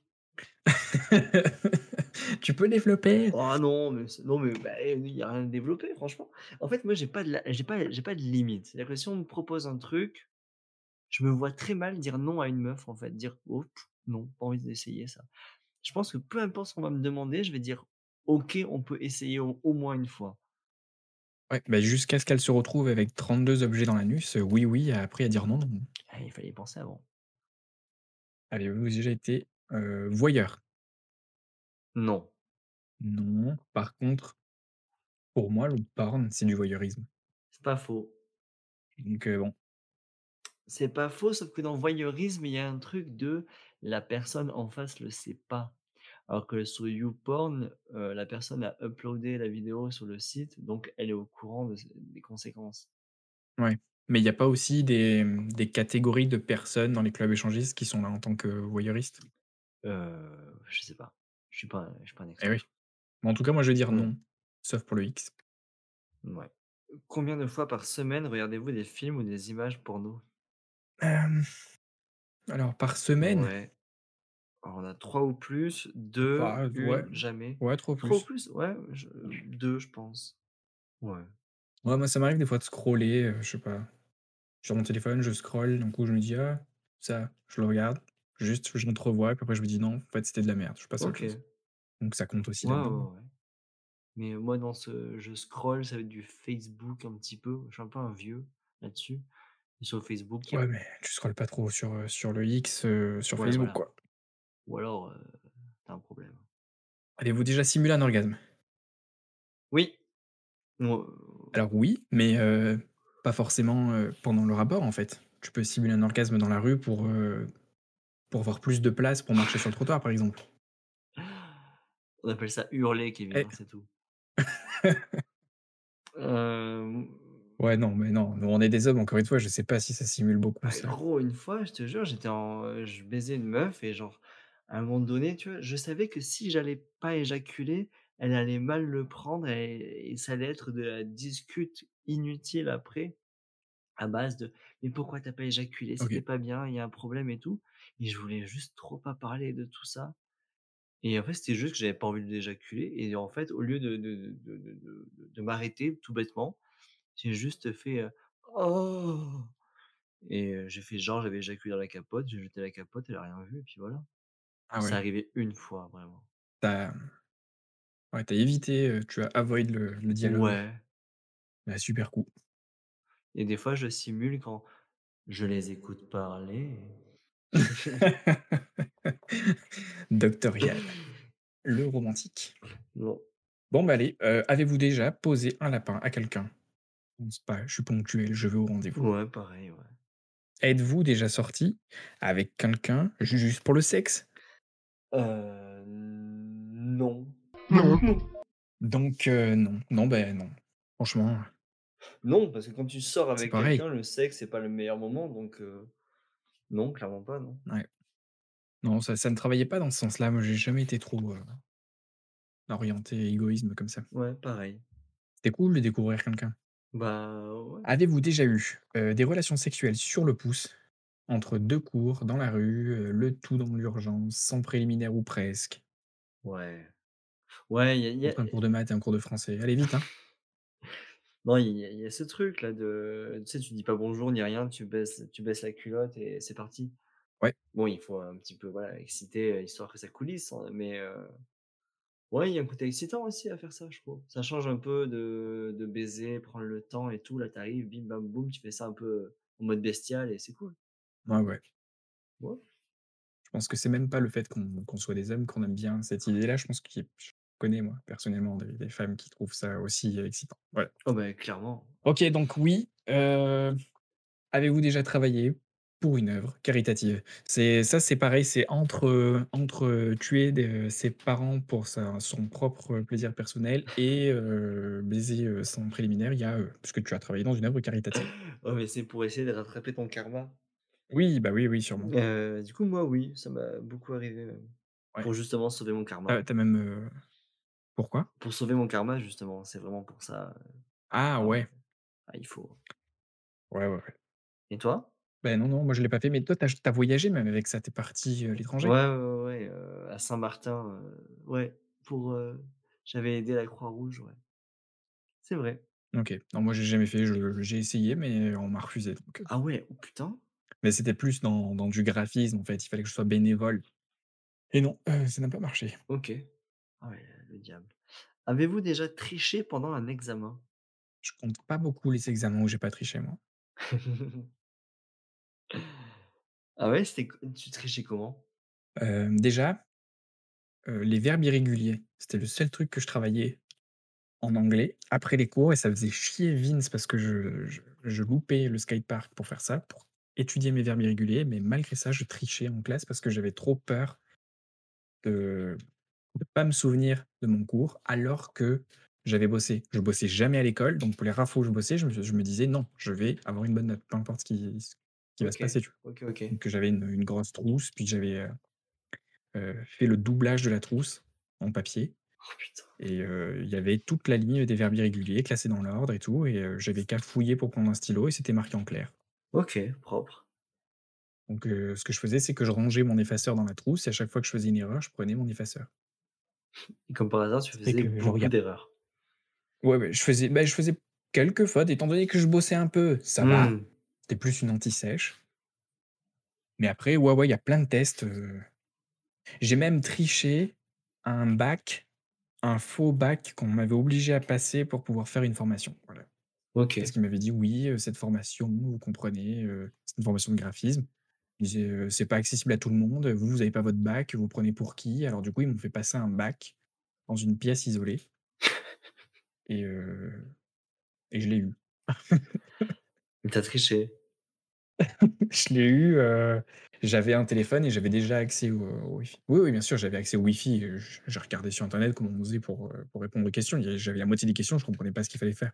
Tu peux développer? Oh non, mais non, mais bah, il y a rien à développer franchement. En fait, moi, j'ai pas de limite. C'est-à-dire que si on me propose un truc, je me vois très mal dire non à une meuf, en fait. Dire: «Oh non, pas envie d'essayer ça». Je pense que peu importe ce qu'on va me demander, je vais dire: «OK, on peut essayer au moins une fois». Ouais, bah, jusqu'à ce qu'elle se retrouve avec 32 objets dans l'anus, oui, oui, après à dire non, non. Ah, il fallait y penser avant. Avez-vous déjà été, voyeur? Non, Non. Par contre, pour moi, le porn, c'est du voyeurisme. c'est pas faux. Donc bon. C'est pas faux, sauf que dans voyeurisme, il y a un truc de la personne en face le sait pas. Alors que sur YouPorn, la personne a uploadé la vidéo sur le site, donc elle est au courant des conséquences. Ouais. Mais il y a pas aussi des catégories de personnes dans les clubs échangistes qui sont là en tant que voyeuristes? Je sais pas. Je suis pas un Eh oui. expert. Mais en tout cas, moi, je vais dire Mmh, non, sauf pour le X. ouais. Combien de fois par semaine regardez-vous des films ou des images porno? Hem, alors par semaine? Ouais. Alors on a 3 ou plus, 2, Bah, ouais, 1, jamais. ouais, trop 3 ou plus. plus? Ouais, 2 je pense. Ouais. Ouais, moi, ça m'arrive des fois de scroller, je sais pas, sur mon téléphone, je scrolle, d'un coup, je me dis: «Ah, ça», je le regarde, juste, je l'entrevois, puis après je me dis: «Non, en fait, c'était de la merde», je passe à autre chose. OK. Donc ça compte aussi Ouais, là-dedans. ouais, ouais. Mais moi dans ce je scrolle, ça va être du Facebook un petit peu. Je suis un peu un vieux là-dessus. Et sur Facebook, il y a Ouais, mais tu scrolles pas trop sur le X, sur ouais, Facebook, voilà. quoi. Ou alors, tu un problème. Avez-vous déjà simulé un orgasme? Oui, Alors oui, mais pas forcément, pendant le rapport, en fait. Tu peux simuler un orgasme dans la rue pour avoir plus de place pour marcher sur le trottoir, par exemple. on appelle ça hurler, Kevin, Et hein, c'est tout. Hem, ouais, non, mais non, nous, on est des hommes, encore une fois, je sais pas si ça simule beaucoup bah, ça. gros, une fois, je te jure, je baisais une meuf et genre, à un moment donné, tu vois, je savais que si j'allais pas éjaculer, elle allait mal le prendre et ça allait être de la discute inutile après. À base de: «Mais pourquoi tu as pas éjaculé? C'était OK. pas bien, il y a un problème et tout» et je voulais juste trop pas parler de tout ça et en fait, c'était juste que j'avais pas envie d'éjaculer et en fait, au lieu de m'arrêter tout bêtement, j'ai juste fait, «Oh» et j'ai fait genre j'avais éjaculé dans la capote, j'ai jeté la capote, elle a rien vu et puis voilà. Ah C'est ouais, arrivé une fois vraiment. tu ouais, tu évité, tu as avoid le dialogue. Ouais Bah, super coup. et des fois, je simule quand je les écoute parler. Doctorial, le romantique. Non. Bon, bah, allez, avez-vous déjà posé un lapin à quelqu'un? Bon, c'est pas: «Je suis ponctuel, je vais au rendez-vous». Ouais, pareil, ouais. Êtes-vous déjà sorti avec quelqu'un juste pour le sexe? Non. Donc non. Non, ben non. Franchement, Non, parce que quand tu sors c'est avec pareil. quelqu'un, le sexe, c'est pas le meilleur moment, donc non, clairement pas, non. Ouais. Non, ça ne travaillait pas dans ce sens-là. Moi, j'ai jamais été trop, orienté égoïsme comme ça. Ouais, pareil. C'était cool de découvrir quelqu'un. Bah, ouais. Avez-vous déjà eu, des relations sexuelles sur le pouce, entre 2 cours, dans la rue, le tout dans l'urgence, sans préliminaire ou presque? Ouais. Ouais, il y a Entre un cours de maths et un cours de français. Allez vite, hein? non, il y a ce truc là de tu sais, tu dis pas bonjour ni rien, tu baisses la culotte et c'est parti. Ouais. Bon, il faut un petit peu, voilà, exciter, histoire que ça coulisse, hein, mais ouais, il y a un côté excitant aussi à faire ça, je trouve. Ça change un peu de baiser, prendre le temps et tout. Là, tu arrives, bim bam boum, tu fais ça un peu en mode bestial et c'est cool. Ouais, ouais. Ouais. Je pense que c'est même pas le fait qu'on soit des hommes qu'on aime bien cette idée-là, je pense que je connais moi, personnellement, des femmes qui trouvent ça aussi, excitant. Voilà. Oh bah, clairement. OK, donc oui, avez-vous déjà travaillé pour une œuvre caritative? C'est pareil, c'est entre tuer ses parents pour son propre plaisir personnel et baiser, sans préliminaire, il y a, puisque tu as travaillé dans une œuvre caritative. Oh, mais c'est pour essayer de rattraper ton karma. Oui, bah, oui, oui, sûrement. Du coup, moi, oui, ça m'a beaucoup arrivé même. Ouais. Pour justement sauver mon karma. Tu as même, pourquoi? Pour sauver mon karma, justement, c'est vraiment pour ça, Ah ah ouais, ouais. ah il faut. Ouais, ouais, ouais. Et toi? Ben non, non, moi je l'ai pas fait, mais toi tu as voyagé même avec ça? Tu es parti, à Ouais, l'étranger? ouais, ouais, ouais, à Saint-Martin, ouais, pour, j'avais aidé la Croix-Rouge, ouais. C'est vrai. OK. Non, moi j'ai jamais fait, j'ai essayé, mais on m'a refusé donc Ah ouais, oh putain! mais c'était plus dans du graphisme en fait, il fallait que je sois bénévole et non, ça n'a pas marché. OK. Ah ouais, le diable. Avez-vous déjà triché pendant un examen? Je compte pas beaucoup les examens où j'ai pas triché moi. Ah ouais, tu trichais comment? Déjà, les verbes irréguliers, c'était le seul truc que je travaillais en anglais après les cours et ça faisait chier Vince parce que je loupais le skatepark pour faire ça, pour étudier mes verbes irréguliers, mais malgré ça, je trichais en classe parce que j'avais trop peur de pas me souvenir de mon cours alors que j'avais bossé. Je bossais jamais à l'école, donc pour les rafos où je bossais, je me disais: «Non, je vais avoir une bonne note, peu importe ce qui va se OK. passer», tu vois? OK, OK. Donc j'avais une grosse trousse, puis j'avais, fait le doublage de la trousse en papier Oh putain. et il y avait toute la ligne des verbes irréguliers classés dans l'ordre et tout et j'avais qu'à fouiller pour prendre un stylo et c'était marqué en clair. OK, propre. Donc ce que je faisais, c'est que je rangeais mon effaceur dans la trousse et à chaque fois que je faisais une erreur, je prenais mon effaceur. Et comme par hasard, tu C'était faisais que je beaucoup regarde d'erreurs. ouais, ouais, je faisais quelques fautes étant donné que je bossais un peu, ça va. Mmh. C'était plus une anti-sèche. Mais après, ouais, ouais, il y a plein de tests, j'ai même triché un bac, un faux bac qu'on m'avait obligé à passer pour pouvoir faire une formation, voilà. Parce OK. qu'il m'avait dit: «Oui, cette formation, vous comprenez, c'est une formation de graphisme». Il disait: «C'est pas accessible à tout le monde, vous avez pas votre bac, vous prenez pour qui?» Alors du coup, ils m'ont fait passer un bac dans une pièce isolée et et je l'ai eu. Mais tu triché. Je l'ai eu, j'avais un téléphone et j'avais déjà accès au Wi-Fi. Oui, oui, bien sûr, j'avais accès au Wi-Fi, j'ai regardé sur internet comment on faisait pour répondre aux questions. J'avais la moitié des questions, je comprenais pas ce qu'il fallait faire.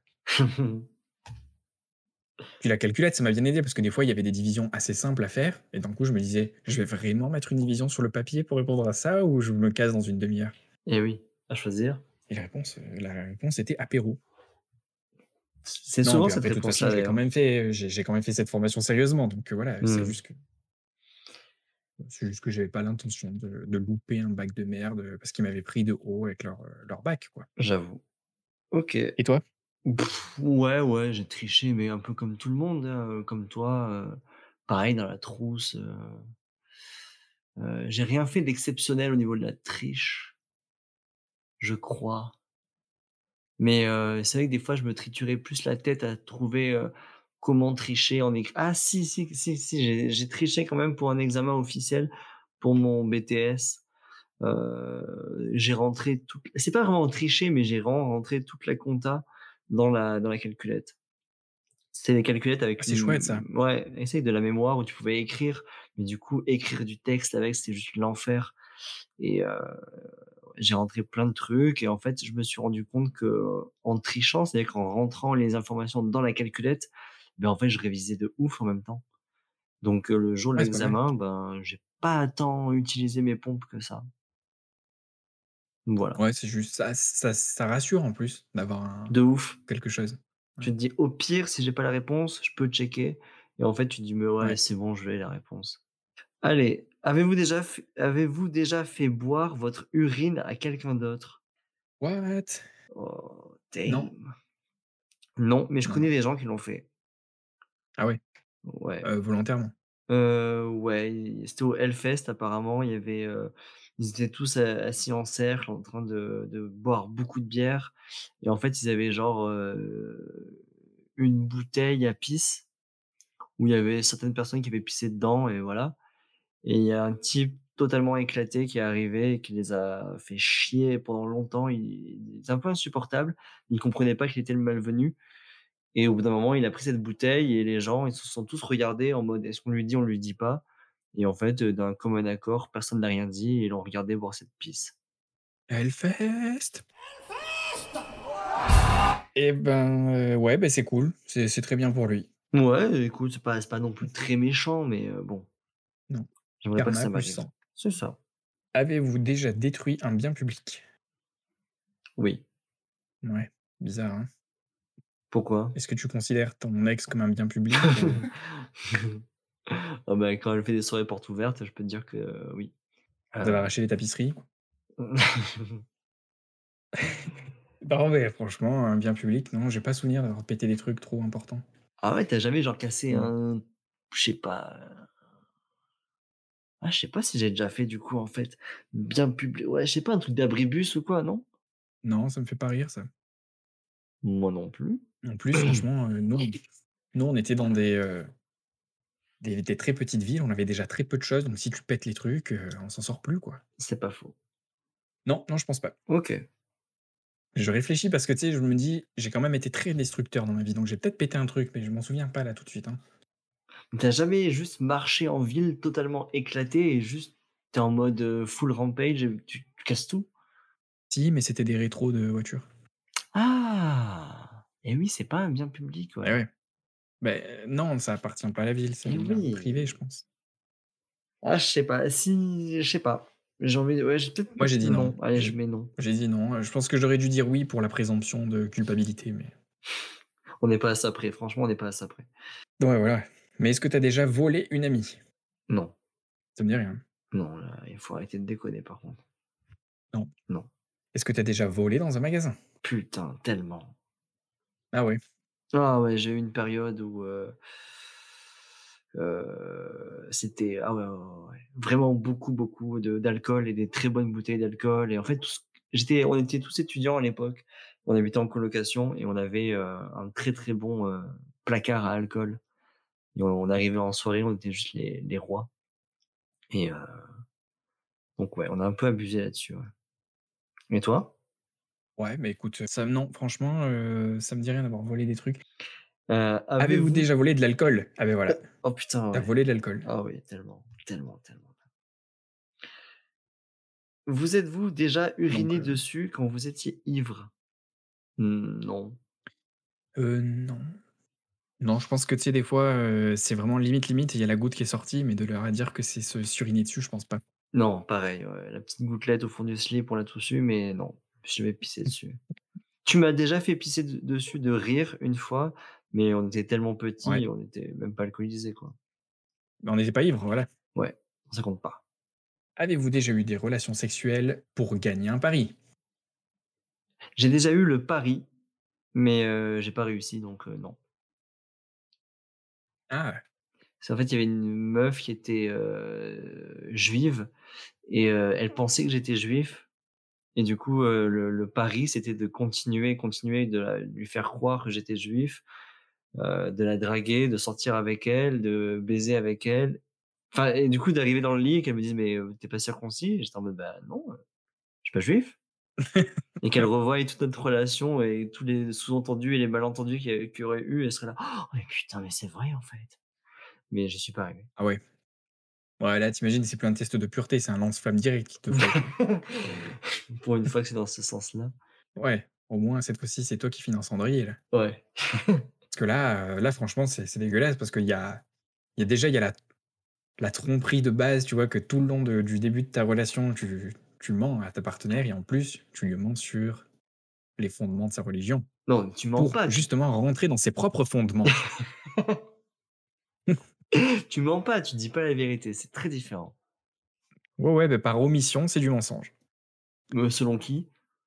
Puis la calculette, ça m'a bien aidé parce que des fois, il y avait des divisions assez simples à faire et d'un coup, je me disais: «Je vais vraiment mettre une division sur le papier pour répondre à ça ou je me casse dans une demi heure?» Et oui, à choisir. Et la réponse était apéro. C'est Non, souvent puis cette après de toute façon, réponse-là je l'ai quand d'ailleurs. même fait, j'ai quand même fait cette formation sérieusement donc voilà, Mmh. c'est juste que j'avais pas l'intention de louper un bac de merde, parce qu'ils m'avaient pris de haut avec leur bac, quoi. J'avoue. OK. Et toi? Ouais, ouais, j'ai triché, mais un peu comme tout le monde, hein, comme toi, pareil dans la trousse, j'ai rien fait d'exceptionnel au niveau de la triche, je crois. Mais c'est vrai que des fois, je me triturais plus la tête à trouver, comment tricher en écrit ah si, si, si, si, j'ai triché quand même pour un examen officiel pour mon BTS. J'ai rentré toute c'est pas vraiment tricher, mais j'ai rentré toute la compta dans la calculette. C'était des calculettes Ah, avec c'est chouette une ça. ouais, essaye de la mémoire où tu pouvais écrire, mais du coup, écrire du texte avec, c'était juste l'enfer et j'ai rentré plein de trucs et en fait, je me suis rendu compte qu'en trichant, c'est-à-dire qu'en rentrant les informations dans la calculette, ben, en fait, je révisais de ouf en même temps. Donc le jour de Ouais, c'est pas mal. l'examen, ben, j'ai pas tant utilisé mes pompes que ça. Voilà, Ouais, c'est juste ça rassure en plus d'avoir un de ouf. quelque chose. Ouais. Tu te dis: «Au pire, si j'ai pas la réponse, je peux checker» et en fait, tu te dis: «Mais ouais, Ouais. c'est bon, je l'ai la réponse». Allez, avez-vous déjà fait boire votre urine à quelqu'un d'autre? What? Oh Non? damn! Non, mais je Non, connais non. des gens qui l'ont fait. Ah ouais, Ouais, volontairement? ouais, c'était au Hellfest apparemment, il y avait, ils étaient tous a assis en cercle en train de boire beaucoup de bière et en fait, ils avaient genre, une bouteille à pisse où il y avait certaines personnes qui avaient pissé dedans et voilà. Et il y a un type totalement éclaté qui est arrivé et qui les a fait chier pendant longtemps. Il était un peu insupportable. Il comprenait pas qu'il était le malvenu et au bout d'un moment, il a pris cette bouteille et les gens, ils se sont tous regardés en mode: «Est-ce qu'on lui dit? On lui dit pas?» et en fait, d'un commun accord, personne n'a rien dit et ils l'ont regardé boire cette pisse. Hellfest? Et ben, ouais, bah, c'est cool, c'est très bien pour lui. Ouais, écoute, c'est pas non plus très méchant, mais bon, Non, j'aimerais pas que karma ça plus m'arrive. 100. C'est ça. Avez-vous déjà détruit un bien public? Oui. Ouais, bizarre, hein? Pourquoi? Est-ce que tu considères ton ex comme un bien public ou Ah bah, quand elle fait des soirées portes ouvertes, je peux te dire que oui. vous avez Heu arraché les tapisseries? Non, mais franchement, un bien public, non, j'ai pas souvenir d'avoir pété des trucs trop importants. Ah ouais, tu as jamais genre cassé Non. un je sais pas, je sais pas si j'ai déjà fait du coup en fait, bien public ouais, je sais pas, un truc d'abribus ou quoi, non? Non, ça me fait pas rire ça. Moi non plus. En plus, franchement, nous, on était dans des très petites villes, on avait déjà très peu de choses, donc si tu pètes les trucs, on s'en sort plus, quoi. C'est pas faux. Non, non, je pense pas. OK. Je réfléchis parce que, tu sais, je me dis: «J'ai quand même été très destructeur dans ma vie, donc j'ai peut-être pété un truc, mais je m'en souviens pas là tout de suite, hein». Tu as jamais juste marché en ville totalement éclaté et juste tu es en mode, full rampage et tu casses tout? Si, mais c'était des rétros de voitures. Ah! Et oui, c'est pas un bien public, Eh ouais. ouais. Beh, non, ça appartient pas à la ville, c'est Et un bien privé, oui! je pense. Ah, je sais pas, si je sais pas. J'ai envie ouais, je vais peut-être Moi, j'ai mettre dit non. non. Allez, je mets non. J'ai dit non, je pense que j'aurais dû dire oui pour la présomption de culpabilité, mais On n'est pas à ça près, franchement, on n'est pas à ça près. ouais, voilà. Mais est-ce que tu as déjà volé une amie? Non, Ça me dit rien. non, là, il faut arrêter de déconner par contre. Non. Non. Est-ce que tu as déjà volé dans un magasin? Putain, tellement. Ah ouais. Ah ouais, j'ai eu une période où, c'était ah ouais, ouais, ouais, ouais, vraiment beaucoup, beaucoup de d'alcool et des très bonnes bouteilles d'alcool et en fait, tout ce on était tous étudiants à l'époque. On habitait en colocation et on avait, un très, très bon, placard à alcool et on arrivait en soirée, on était juste les rois et donc ouais, on a un peu abusé là-dessus, ouais. Et toi? Ouais, mais écoute, ça non, franchement, ça me dit rien d'avoir volé des trucs. Avez-vous Avez-vous déjà volé de l'alcool? Ah ben voilà, oh putain, tu as ouais. volé de l'alcool. Ah oui, tellement, tellement, tellement. Vous êtes-vous déjà Donc uriné dessus quand vous étiez ivre? Non. non. Non, je pense que, tu sais, des fois, c'est vraiment limite, limite, il y a la goutte qui est sortie, mais de leur à dire que c'est se suriner dessus, je pense pas. Non, pareil, ouais, la petite gouttelette au fond du slip, on l'a tous eu, mais non, je vais pisser dessus. Tu m'as déjà fait pisser dessus de rire une fois, mais on était tellement Ouais, petits, on était même pas alcoolisés, quoi. mais on n'était pas ivres, voilà. Ouais, ça compte pas. Avez-vous déjà eu des relations sexuelles pour gagner un pari? J'ai déjà eu le pari, mais j'ai pas réussi, donc non. Ah! Parce qu'en fait, il y avait une meuf qui était, juive et elle pensait que j'étais juif. Et du coup, le pari, c'était de continuer, continuer de lui faire croire que j'étais juif, de la draguer, de sortir avec elle, de baiser avec elle. Enfin et du coup, d'arriver dans le lit et qu'elle me dise: «Mais, tu pas circoncis?» et j'étais en mode: «Bah non, je suis pas juif» et qu'elle revoie toute notre relation et tous les sous-entendus et les malentendus qu'il y aurait eu, elle serait là: «Oh mais putain, mais c'est vrai en fait». Mais j'y suis pas arrivé. Ah ouais. Ouais, là, tu imagines, c'est plus un test de pureté, c'est un lance-flamme direct qu'il te faut, quoi. Pour une fois que c'est dans ce sens-là. Ouais, au moins cette fois-ci, c'est toi qui finis en cendrier, là. Ouais. Parce que là franchement, c'est dégueulasse parce qu'il y a déjà, il y a la tromperie de base, tu vois? Que tout le long du début de ta relation, tu tu mens à ta partenaire et en plus, tu lui mens sur les fondements de sa religion Non, tu mens pour pas, justement rentrer dans ses propres fondements. tu mens pas, tu dis pas la vérité, c'est très différent. Ouais, ouais, bah, par omission, c'est du mensonge. Selon qui?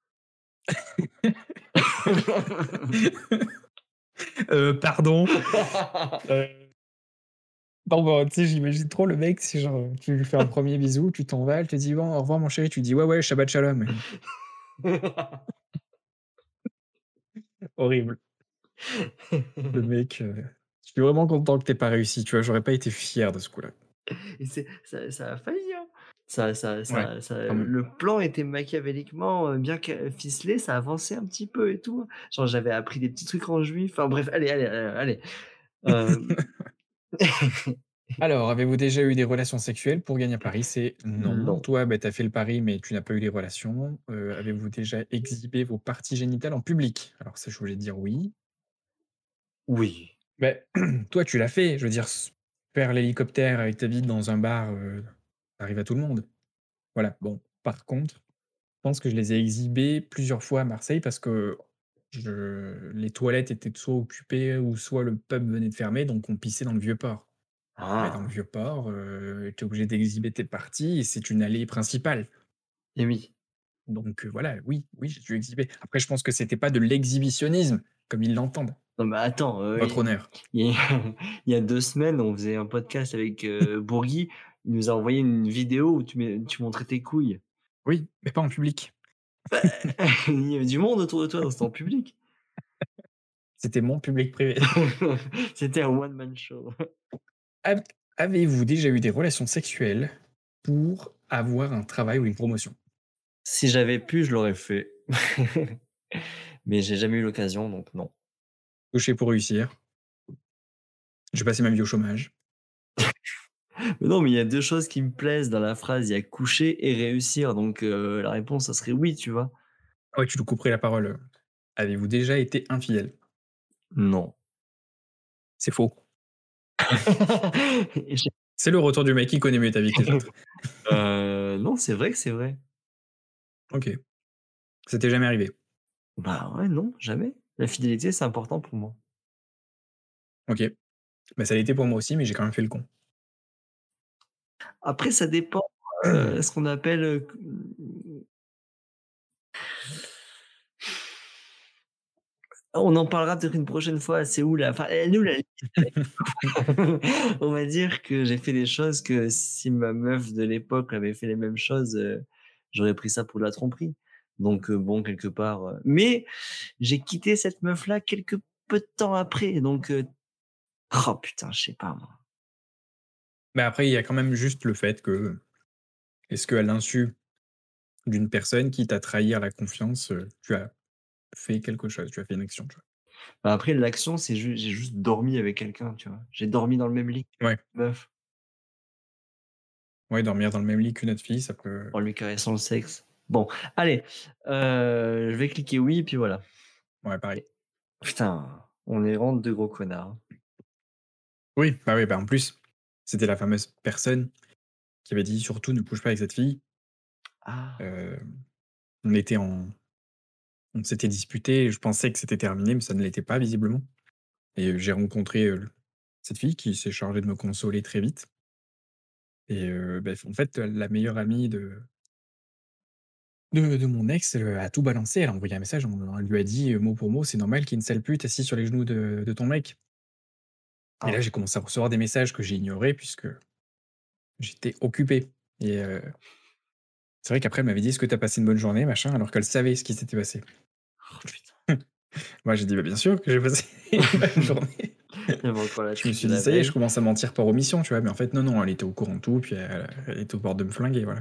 Pardon? Heu, bon, bah, tu sais, j'imagine trop le mec, c'est genre, tu lui fais un premier bisou, tu t'en vas, elle te dit: «Bon, au revoir mon chéri», tu dis: «Ouais, ouais, shabbat shalom», horrible. Le mec, je suis vraiment content que tu pas réussi, tu vois? J'aurais pas été fier de ce coup-là. Et ça a failli, hein. Ouais, quand même. Le plan était machiavéliquement, bien ficelé, ça avançait un petit peu et tout. Genre j'avais appris des petits trucs en juif, enfin bref, allez. Hem, Alors, avez-vous déjà eu des relations sexuelles pour gagner à Paris? C'est non. non. Toi, bah, tu as fait le pari, mais tu n'as pas eu les relations. Avez-vous déjà exhibé vos parties génitales en public? Alors ça, je voulais dire oui. Oui. Beh, toi, tu l'as fait. Je veux dire, faire l'hélicoptère avec ta bite dans un bar, ça arrive à tout le monde. Voilà. Bon, par contre, je pense que je les ai exhibés plusieurs fois à Marseille parce que les toilettes étaient soit occupées ou soit le pub venait de fermer, donc on pissait dans le vieux port. Et dans le Ah! vieux port, tu es obligé d'exhiber tes parties et c'est une allée principale. Et oui. Donc voilà, oui, oui, j'ai dû exhiber. Après, je pense que c'était pas de l'exhibitionnisme comme ils l'entendent, Non mais attends, votre honneur. il y a il y a 2 semaines, on faisait un podcast avec, Bourgui. Il nous a envoyé une vidéo où tu montrais tes couilles. Oui, mais pas en public. Bah, il y avait du monde autour de toi, donc c'était en public. C'était mon public privé. C'était un one man show. Av Avez-vous déjà eu des relations sexuelles pour avoir un travail ou une promotion? Si j'avais pu, je l'aurais fait. Mais j'ai jamais eu l'occasion, donc non. Touché pour réussir, j'ai passé ma vie au chômage. Mais non, mais il y a 2 choses qui me plaisent dans la phrase, il y a coucher et réussir, donc la réponse, ça serait oui, tu vois? Ah ouais, tu nous couperais la parole, avez-vous déjà été infidèle? Non. C'est faux. Et j'ai C'est le retour du mec qui connaît mieux ta vie que les autres. non, c'est vrai que c'est vrai. OK, ça t'est jamais arrivé? Bah, ouais, non, jamais. La fidélité, c'est important pour moi. OK. Bah, ça l'était pour moi aussi, mais j'ai quand même fait le con. Après, ça dépend, ce qu'on appelle, on en parlera peut-être une prochaine fois, c'est où la enfin, elle est où la limite? On va dire que j'ai fait des choses que si ma meuf de l'époque avait fait les mêmes choses, j'aurais pris ça pour de la tromperie. Donc bon, quelque part, mais j'ai quitté cette meuf-là quelque peu de temps après, donc oh putain, je sais pas moi. Mais après, il y a quand même juste le fait que, est-ce qu'à l'insu d'une personne qui t'a trahi à la confiance, tu as fait quelque chose, tu as fait une action, tu vois? Bah, après l'action, c'est j'ai juste dormi avec quelqu'un, tu vois? J'ai dormi dans le même lit que Ouais, ma meuf, ouais, dormir dans le même lit qu'une autre fille, ça peut en lui caressant le sexe. Bon, allez, je vais cliquer oui, puis voilà. ouais, pareil. Putain, on est vraiment 2 gros connards, hein. Oui, bah, oui, bah, en plus, c'était la fameuse personne qui avait dit: «Surtout ne couche pas avec cette fille». Ah! Heu, on était en on s'était disputés, je pensais que c'était terminé, mais ça ne l'était pas visiblement et j'ai rencontré, cette fille qui s'est chargée de me consoler très vite et bah, en fait, la meilleure amie de mon ex, a tout balancé. Elle a envoyé un message, elle lui a dit, mot pour mot: «C'est normal qu'il y ait une sale pute assise sur les genoux de ton mec». Et là, Ah! j'ai commencé à recevoir des messages que j'ai ignorés puisque j'étais occupé et c'est vrai qu'après elle m'avait dit: «Est-ce que tu as passé une bonne journée?» machin, alors qu'elle savait ce qui s'était passé. Oh putain, Moi, j'ai dit: «Bah, bien sûr que j'ai passé une bonne journée». il y avait encore la Je me triche suis de dit: la «Ça y est, je veille. commence à mentir par omission», tu vois? Mais en fait, non, non, elle était au courant de tout, puis elle était aux portes de me flinguer, voilà.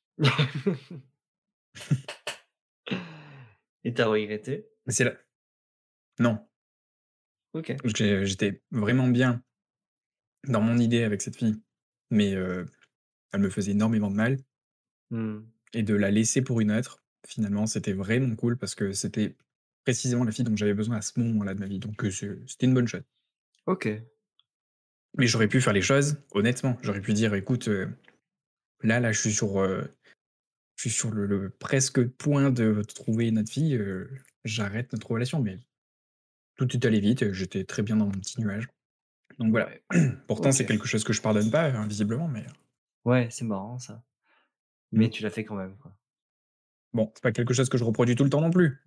Et tu as regretté? Mais c'est là non, OK. j'étais vraiment bien dans mon idée avec cette fille, mais elle me faisait énormément de mal Mmh. et de la laisser pour une autre, finalement, c'était vraiment cool parce que c'était précisément la fille dont j'avais besoin à ce moment-là de ma vie, donc c'était une bonne chose. OK. Mais j'aurais pu faire les choses honnêtement. J'aurais pu dire: «Écoute, là, je suis je suis sur le presque point de trouver une autre fille, j'arrête notre relation, mais tout est allé vite, j'étais très bien dans mon petit nuage. Donc voilà. Ouais, Pourtant, c'est OK. quelque chose que je pardonne pas, hein, visiblement, mais Ouais, c'est marrant ça. Mais mmh, tu l'as fait quand même, quoi. bon, c'est pas quelque chose que je reproduis tout le temps non plus.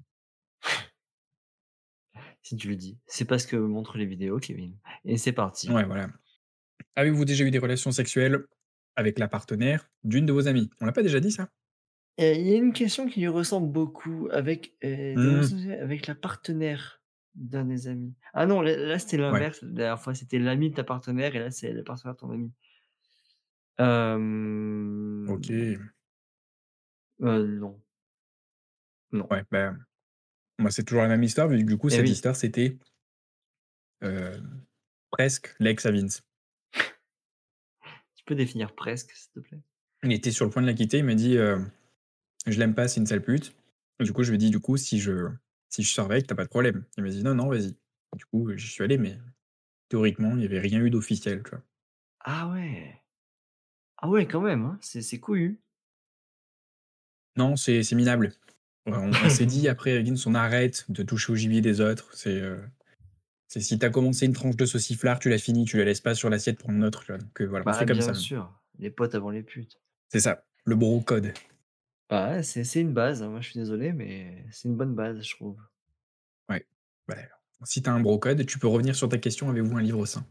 Si tu le dis. C'est pas ce que montrent les vidéos, Kevin. Et c'est parti. Ouais, voilà. Avez-vous déjà eu des relations sexuelles avec la partenaire d'une de vos amies? On l'a pas déjà dit ça? Il y a une question qui lui ressemble beaucoup avec, des Mmh, relations sexuelles avec la partenaire d'un des amis. Ah non, là, c'était ouais, l'inverse. La dernière fois, c'était l'ami de ta partenaire et là, c'est le partenaire de ton ami. OK. Non, non. Ouais, bah, moi, c'est toujours la même histoire, vu que du coup, Eh cette oui, histoire, c'était, presque l'ex à Vince. tu peux définir presque, s'il te plaît? Il était sur le point de la quitter, il m'a dit, «Je l'aime pas, c'est une sale pute». Du coup, je lui ai dit: «Du coup, si je sors avec, tu as pas de problème?» Il m'a dit: «Non, non, vas-y». Du coup, j'y suis allé, mais théoriquement, il y avait rien eu d'officiel, tu vois? Ah ouais! Ah ouais, quand même, hein, c'est couillu. Non, c'est minable. On s'est dit après Vince: «On arrête de toucher au gibier des autres». C'est si tu as commencé une tranche de sauciflard, tu l'as finie, tu la laisses pas sur l'assiette pour un autre, tu vois? Donc voilà, on Bah, fait comme bien ça maintenant. sûr, les potes avant les putes. C'est ça, le bro code. Bah, ouais, c'est une base, hein. Moi, je suis désolé, mais c'est une bonne base, je trouve. Ouais. Bah, si tu as un bro code, tu peux revenir sur ta question: «Avez-vous un livre saint?»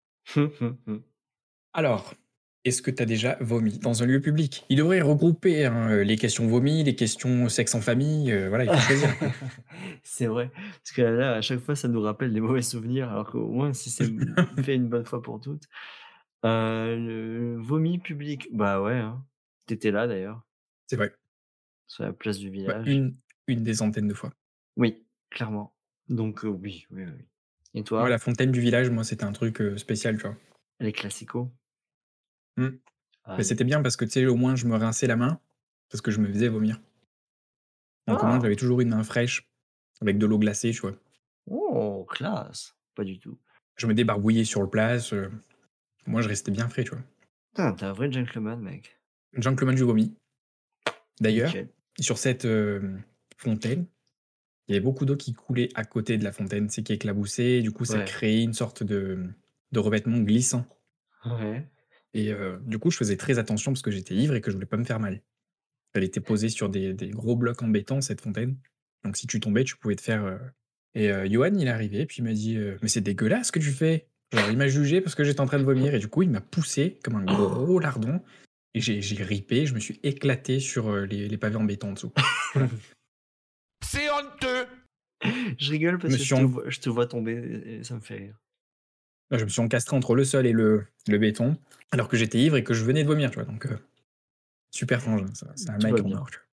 Alors, est-ce que tu as déjà vomi dans un lieu public? Il devrait regrouper, hein, les questions vomi, les questions sexe en famille, voilà, il faut choisir un peu. C'est vrai, parce que là, à chaque fois, ça nous rappelle des mauvais souvenirs, alors qu'au moins, si c'est, fait une bonne fois pour toutes. Le vomi public, bah, ouais, hein. Tu là, d'ailleurs, C'est vrai. sur la place du Bah, village. une des centaines de fois. Oui, clairement. Donc oui, oui, oui, oui. Et Moi, la toi? fontaine du village, moi, c'était un truc, spécial, tu vois? Les classicos? Mmh. Mais Aïe. c'était bien parce que, tu sais, au moins, je me rinçais la main, parce que je me faisais vomir. Donc au moins, Ah! j'avais toujours une main fraîche, avec de l'eau glacée, tu vois? Oh, classe! Pas du tout. Je me débarbouillais sur le place, moi, je restais bien frais, tu vois? Putain, tu un vrai gentleman, mec. Gentleman du vomi. D'ailleurs, Nickel. sur cette, fontaine, il y avait beaucoup d'eau qui coulait à côté de la fontaine, tu sais, qui éclaboussait, du coup, ça Ouais. créait une sorte de revêtement glissant Ouais. et du coup, je faisais très attention parce que j'étais ivre et que je voulais pas me faire mal. Elle était posée sur des gros blocs en béton, cette fontaine, donc si tu tombais, tu pouvais te faire, et Yoann, il est arrivé, puis il m'a dit, «Mais c'est dégueulasse ce que tu fais!» Genre, il m'a jugé parce que j'étais en train de vomir et du coup, il m'a poussé comme un gros lardon et j'ai ripé, je me suis éclaté sur, les pavés en béton en dessous. Voilà. C'est honteux! Je rigole Je me parce que suis en je te vois tomber et ça me fait rire. je me suis encastré entre le sol et le béton, alors que j'étais ivre et que je venais de vomir, tu vois? Donc super frangin, ça, c'est un Tout va mec en bien. or, tu vois?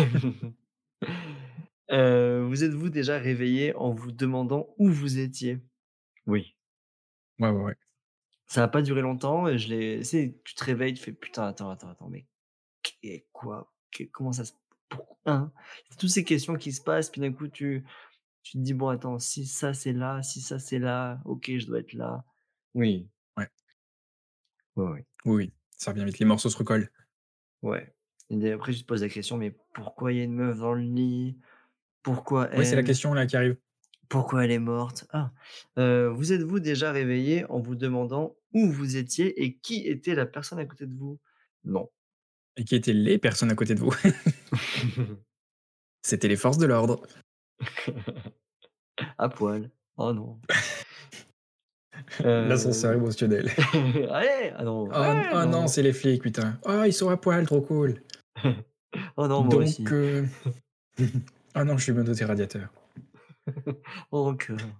Vous êtes-vous déjà réveillé en vous demandant où vous étiez? Oui. Ouais, ouais, ouais. Ça a pas duré longtemps et je l'ai tu sais, tu te réveilles, tu fais: «Putain, attends, mais quoi? Comment ça se pour hein?» C'est toutes ces questions qui se passent, puis d'un coup tu te dis: «Bon attends, si ça c'est là, si ça c'est là, OK, je dois être là». Oui. Ouais. Ouais, ouais. Oui, oui, ça revient vite, les morceaux se recollent. Ouais. Et après, tu te poses la question: «Mais pourquoi il y a une meuf dans le lit? Pourquoi Ouais, c'est la elle? question là qui arrive. Pourquoi elle est morte?» Ah! Vous êtes-vous déjà réveillé en vous demandant où vous étiez et qui était la personne à côté de vous? Non. Et qui étaient les personnes à côté de vous? C'était les forces de l'ordre. À poil. Oh non. L'ascenseur Heu, émotionnel. allez! Ah non, «Oh n ouais, oh non, non. c'est les flics, putain. Oh, ils sont à poil, trop cool. Oh non, moi Donc aussi. oh non, je suis menotté radiateur». Oh mon cœur.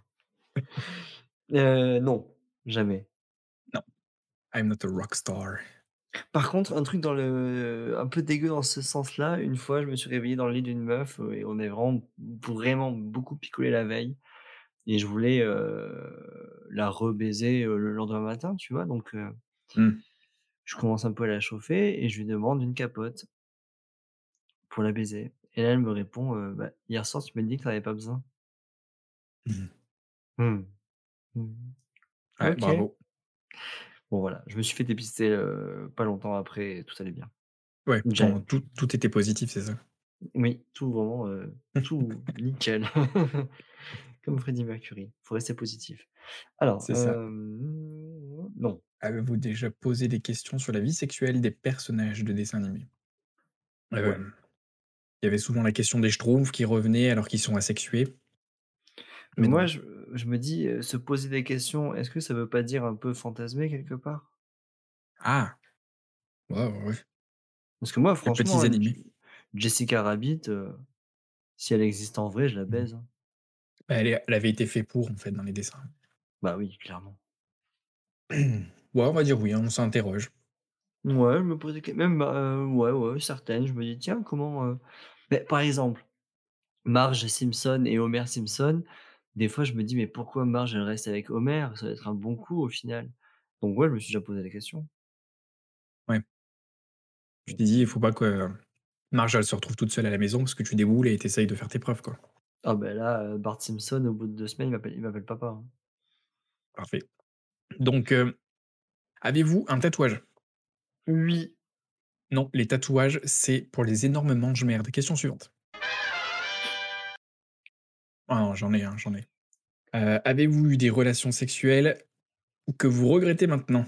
Non, jamais. Non, I'm not a rock star. Par contre, un truc dans le un peu dégueu dans ce sens-là, une fois, je me suis réveillé dans le lit d'une meuf, et on est vraiment beaucoup picolé la veille et je voulais, la rebaiser, le lendemain matin, tu vois? Donc Mmh. je commence un peu à la chauffer et je lui demande une capote pour la baiser et là, elle me répond, «Bah, hier soir, tu m'as dit que tu avais pas besoin». Mmh. Mmh. Mmh. Ouais, OK. bravo. Bon voilà, je me suis fait dépister, pas longtemps après et tout allait bien. Ouais, Déjà, tout était positif, c'est ça? oui, tout vraiment, tout nickel. Comme Freddie Mercury, faut rester positif. Alors, C'est ça. non. Avez-vous déjà posé des questions sur la vie sexuelle des personnages de dessins animés? Ouais. Il y avait souvent la question des Schtroumpfs qui revenaient alors qu'ils sont asexués, Mais mais moi, non. je me dis, se poser des questions, est-ce que ça veut pas dire un peu fantasmer quelque part? Ah! Ouais, ouais, ouais. Parce que moi, Les franchement, petits animés. Jessica Rabbit, si elle existe en vrai, je la Mmh. baise, hein. Bah, elle avait été fait pour, en fait, dans les dessins. Bah oui, clairement. Ouais, on va dire oui, hein, on s'interroge. Ouais, je me pose des ques même, bah, ouais, ouais, certaines, je me dis: «Tiens, comment, beh, par exemple, Marge Simpson et Homer Simpson, des fois, je me dis: «Mais pourquoi Marge, elle reste avec Homer? Ça va être un bon coup, au final». Donc ouais, je me suis déjà posé la question. Ouais. Tu t'es dit: «Il faut pas que Marge, elle se retrouve toute seule à la maison parce que tu déboules et tu de faire tes preuves, quoi». Ah ben là, Bart Simpson, au bout de 2 semaines, il m'appelle papa, hein. Parfait. Donc, avez-vous un tatouage? Oui. Non, les tatouages, c'est pour les énormes mange-merdes. Question suivante. Ah non, j'en ai, j'en ai. Avez-vous eu des relations sexuelles que vous regrettez maintenant?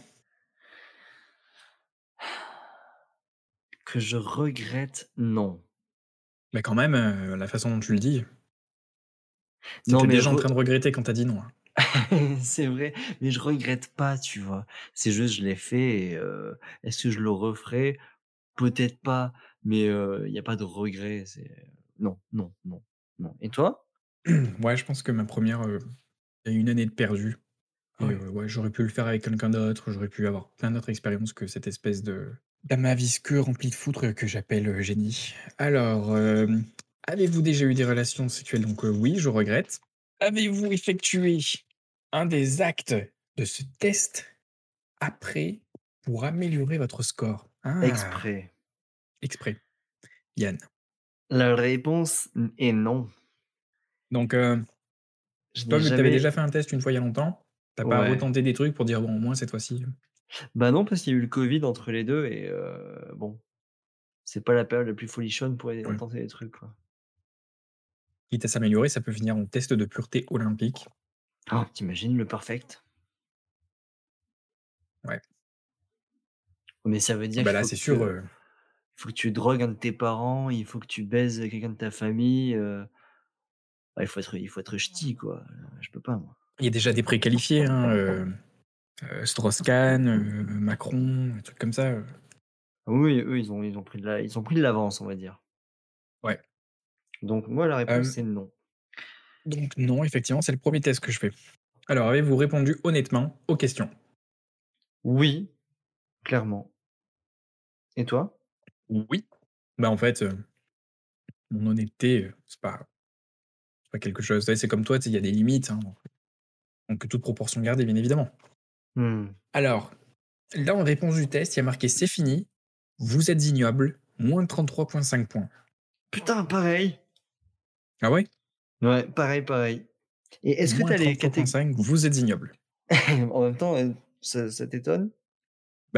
Que je regrette, non. Bah, quand même, la façon dont tu le dis, Non, tu mais déjà en train de regretter quand t'as dit non, hein. c'est vrai, mais je regrette pas, tu vois? C'est juste, je l'ai fait et est-ce que je le referai? Peut-être pas, mais il y a pas de regret, c'est non, non, non, non. Et toi? Ouais, je pense que ma première, il y a eu une année de perdu et Ouais. ouais, j'aurais pu le faire avec quelqu'un d'autre, j'aurais pu avoir plein d'autres expériences que cette espèce de d'amas visqueux rempli de foutre que j'appelle, génie. Alors, avez-vous déjà eu des relations sexuelles? Donc, oui, je regrette. Avez-vous effectué un des actes de ce test après pour améliorer votre score? Ah! Exprès. Exprès. Yann. La réponse est non. Donc, Je toi, n'ai vu que tu avais déjà jamais fait un test une fois il y a longtemps, tu as pas ouais. retenté des trucs pour dire: «Bon, au moins cette fois-ci». Bah non, parce qu'il y a eu le covid entre les 2 et bon, c'est pas la période la plus folichonne pour Ouais. tenter des trucs, quoi. Quitte à s'améliorer, ça peut finir en test de pureté olympique. Oh, tu le perfect? Ouais. Mais ça veut Ah dire bah, qu'il là, faut c'est sûr, que il faut que tu drogues un de tes parents, il faut que tu baises quelqu'un de ta famille, ouais, il faut être ch'ti, quoi, je peux pas moi. il y a déjà des préqualifiés, hein, Strauss-Kahn, Macron, des trucs comme ça, Oui, eux, ils ont pris de l'avance, on va dire. ouais. Donc moi, la réponse, Hem, c'est non. donc non, effectivement, c'est le premier test que je fais. Alors, avez-vous répondu honnêtement aux questions? Oui, clairement. Et toi? Oui. Bah, en fait, mon honnêteté, c'est pas quelque chose, tu sais, c'est comme toi, tu sais, il y a des limites, hein, donc toute proportion gardée, bien évidemment. Mmh. Alors, là, en réponse du test, il y a marqué: «C'est fini, vous êtes ignoble», moins 33,5 points. Putain, pareil! Ah ouais? Ouais, pareil, pareil. Et est-ce que tu Moins as les 33,5, vous êtes ignoble. en même temps, ça t'étonne? Bah,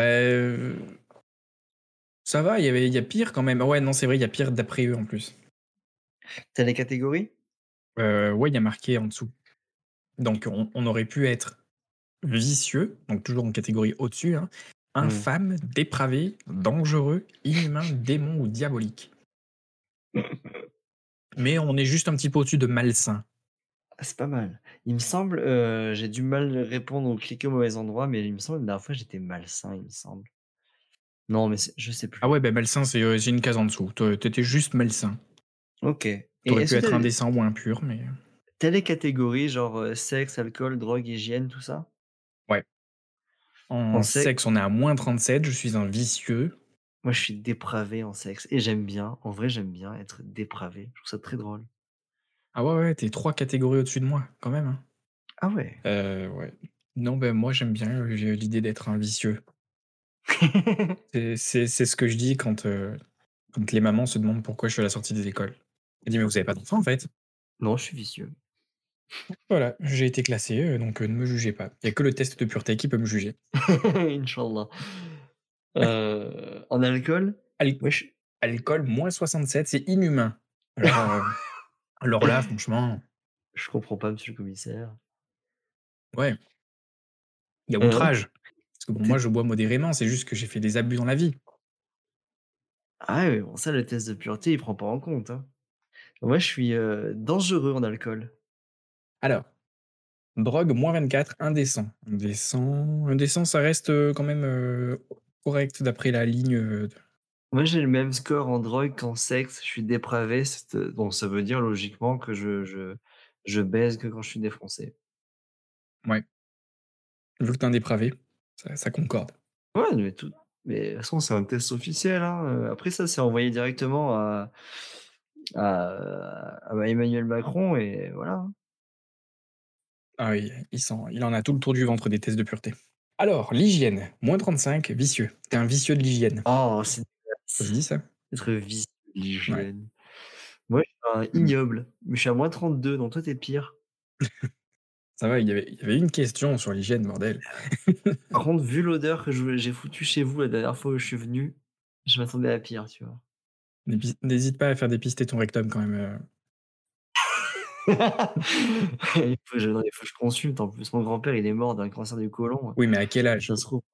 ça va, il y a pire quand même. Ah ouais, non, c'est vrai, il y a pire d'après eux, en plus. Tu as les catégories? Ouais, il y a marqué en dessous. Donc on aurait pu être vicieux, donc toujours en catégorie au-dessus, hein, Mmh. infâme, dépravé, dangereux, inhumain, démon ou diabolique. Mais on est juste un petit peu au-dessus de malsain. Ah, c'est pas mal. Il me semble, j'ai du mal à répondre ou cliquer au mauvais endroit, mais il me semble la dernière fois j'étais malsain, il me semble. Non, mais je sais Ah plus. ouais, bah, malsain, c'est une case en dessous. Tu juste malsain. OK. Et Tu aurais pu est-ce que être tu indécent ou impur, mais as les catégories genre, sexe, alcool, drogue, hygiène, tout ça? ouais. En En sexe, sexe, on est à -37, je suis un vicieux. moi je suis dépravé en sexe et j'aime bien, en vrai j'aime bien être dépravé, je trouve ça très drôle. Ah ouais, ouais, tu 3 catégories au-dessus de moi, quand même, hein. Ah ouais. Ouais. Non, ben moi j'aime bien, j'ai l'idée d'être un vicieux. C'est ce que je dis quand les mamans se demandent pourquoi je suis à la sortie des écoles. Je dis: «Mais vous avez pas d'enfant, en fait?» Non, je suis vicieux. Voilà, j'ai été classé, donc ne me jugez pas. Il y a que le test de pureté qui peut me juger. Inch'Allah. En alcool? Al Wesh. alcool, -67, c'est inhumain. Alors là, franchement, Je comprends pas, monsieur le commissaire. ouais, il y a Hein? outrage. Parce que bon, moi, Tu je bois modérément, c'est juste que j'ai fait des abus dans la vie. Ah ouais, bon ça, le test de pureté, il prend pas en compte, hein. Moi, je suis, dangereux en alcool. Alors, drogue, -24, indécent. Indécent, ça reste, quand même, correct d'après la ligne, Moi, j'ai le même score en drogue qu'en sexe, je suis dépravé, donc ça veut dire logiquement que je baise que quand je suis défoncé. ouais, vu que tu es un dépravé, ça concorde. Ouais, mais de toute façon, c'est un test officiel, hein, après ça, c'est envoyé directement à Emmanuel Macron et voilà, hein. Ah oui, il en a tout le tour du ventre des tests de pureté. Alors, l'hygiène, -35, vicieux. Tu es un vicieux de l'hygiène. Oh, c'est Ça se dégueulasse, dit ça? être vicieux de Ouais. l'hygiène. Moi, je suis un Mmh. ignoble, mais je suis à -32, donc toi, tu es pire. Ça va, il y avait une question sur l'hygiène, bordel. Par contre, vu l'odeur que j'ai foutue chez vous la dernière fois où je suis venu, je m'attendais à pire, tu vois? N'hésite pas à faire dépister ton rectum quand même, Non, il faut que je consulte. En plus, mon grand-père, il est mort d'un cancer du côlon. Oui, mais à quel âge? Ça se trouve,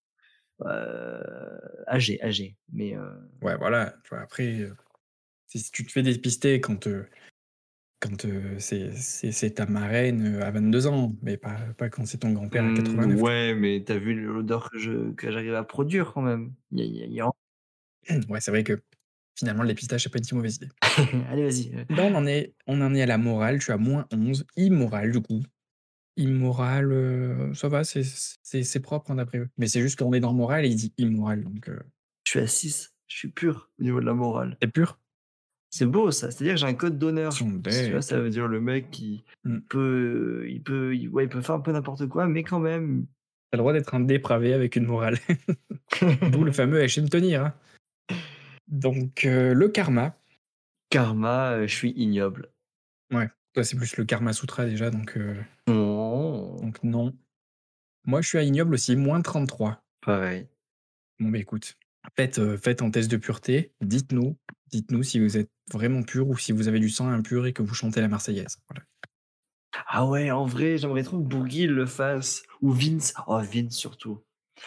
âgé, mais Ouais, voilà, tu vois? Après, si tu te fais dépister quand, c'est ta marraine, à 22 ans, mais pas quand c'est ton grand-père à 89, tu ouais, mais tu as vu l'odeur que j'arrive à produire quand même. Il y a vois? Ouais, c'est vrai que finalement le dépistage, c'est pas une si mauvaise idée. allez, vas-y, Là, on en est à la morale, tu as -11. Immoral, du coup. Immoral, ça va, c'est propre, hein, d'après eux. Mais c'est juste qu'on est dans moral et il dit immoral, donc je suis à 6, je suis pur au niveau de la morale. c'est pur? C'est beau ça, c'est-à-dire que j'ai un code d'honneur. Son Tu vois, deck. ça veut dire le mec Mmh. il peut faire un peu n'importe quoi, mais quand même. Tu le droit d'être un dépravé avec une morale. D'où le fameux «Aime tenir», hein. Donc le karma, Karma, je suis ignoble. ouais, toi, c'est plus le Karma Sutra déjà, Oh, donc non. Moi, je suis à ignoble aussi, -33. pareil. Bon, bah, écoute, faites un test de pureté, dites-nous si vous êtes vraiment pur ou si vous avez du sang impur et que vous chantez la Marseillaise, voilà. Ah ouais, en vrai, j'aimerais trop que Boogie le fasse ou Vince. Oh, Vince surtout.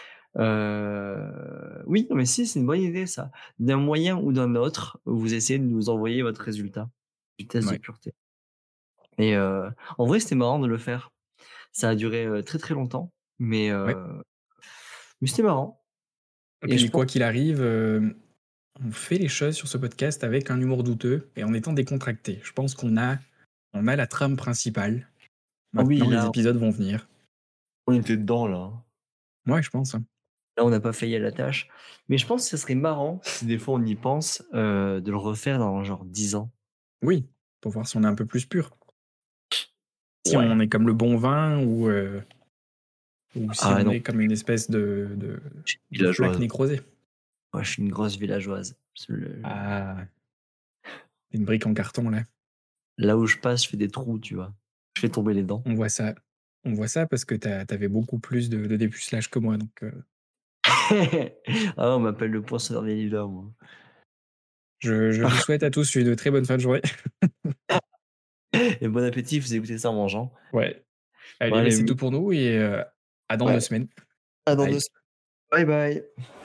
Oui, non mais si, c'est une bonne idée ça. D'un moyen ou d'un autre, vous essayez de nous envoyer votre résultat du test de Ouais, pureté et en vrai, c'était marrant de le faire. Ça a duré, très, très longtemps, ouais. mais c'était marrant Et et je puis pense quoi qu'il arrive, on fait les choses sur ce podcast avec un humour douteux et en étant décontracté. Je pense qu'on a la trame principale. ah oui, Maintenant les épisodes vont venir. on était dedans là, hein. Ouais, je pense, hein. Là, on n'a pas failli à la tâche, mais je pense que ça serait marrant, si des fois on y pense, de le refaire dans genre 10 ans. Oui, pour voir si on est un peu plus pur. Si Ouais. on est comme le bon vin ou si Ah on non, est comme une espèce de je suis une de flaque villageoise. nécrosée. Ouais, je suis une grosse villageoise. Parce que Ah, une brique en carton là. là où je passe, je fais des trous, tu vois? Je fais tomber les dents. On voit ça. On voit ça parce que tu beaucoup plus de dépucelage que moi donc Ah, on m'appelle le poinçonneur des lilas, moi. je vous souhaite à tous une très bonne fin de journée. Et bon appétit, vous écoutez ça en mangeant. Ouais. Bon Allez, bah, allez, c'est tout pour nous et à dans 2 ouais, semaines. à dans 2 Bye. semaines. Bye bye.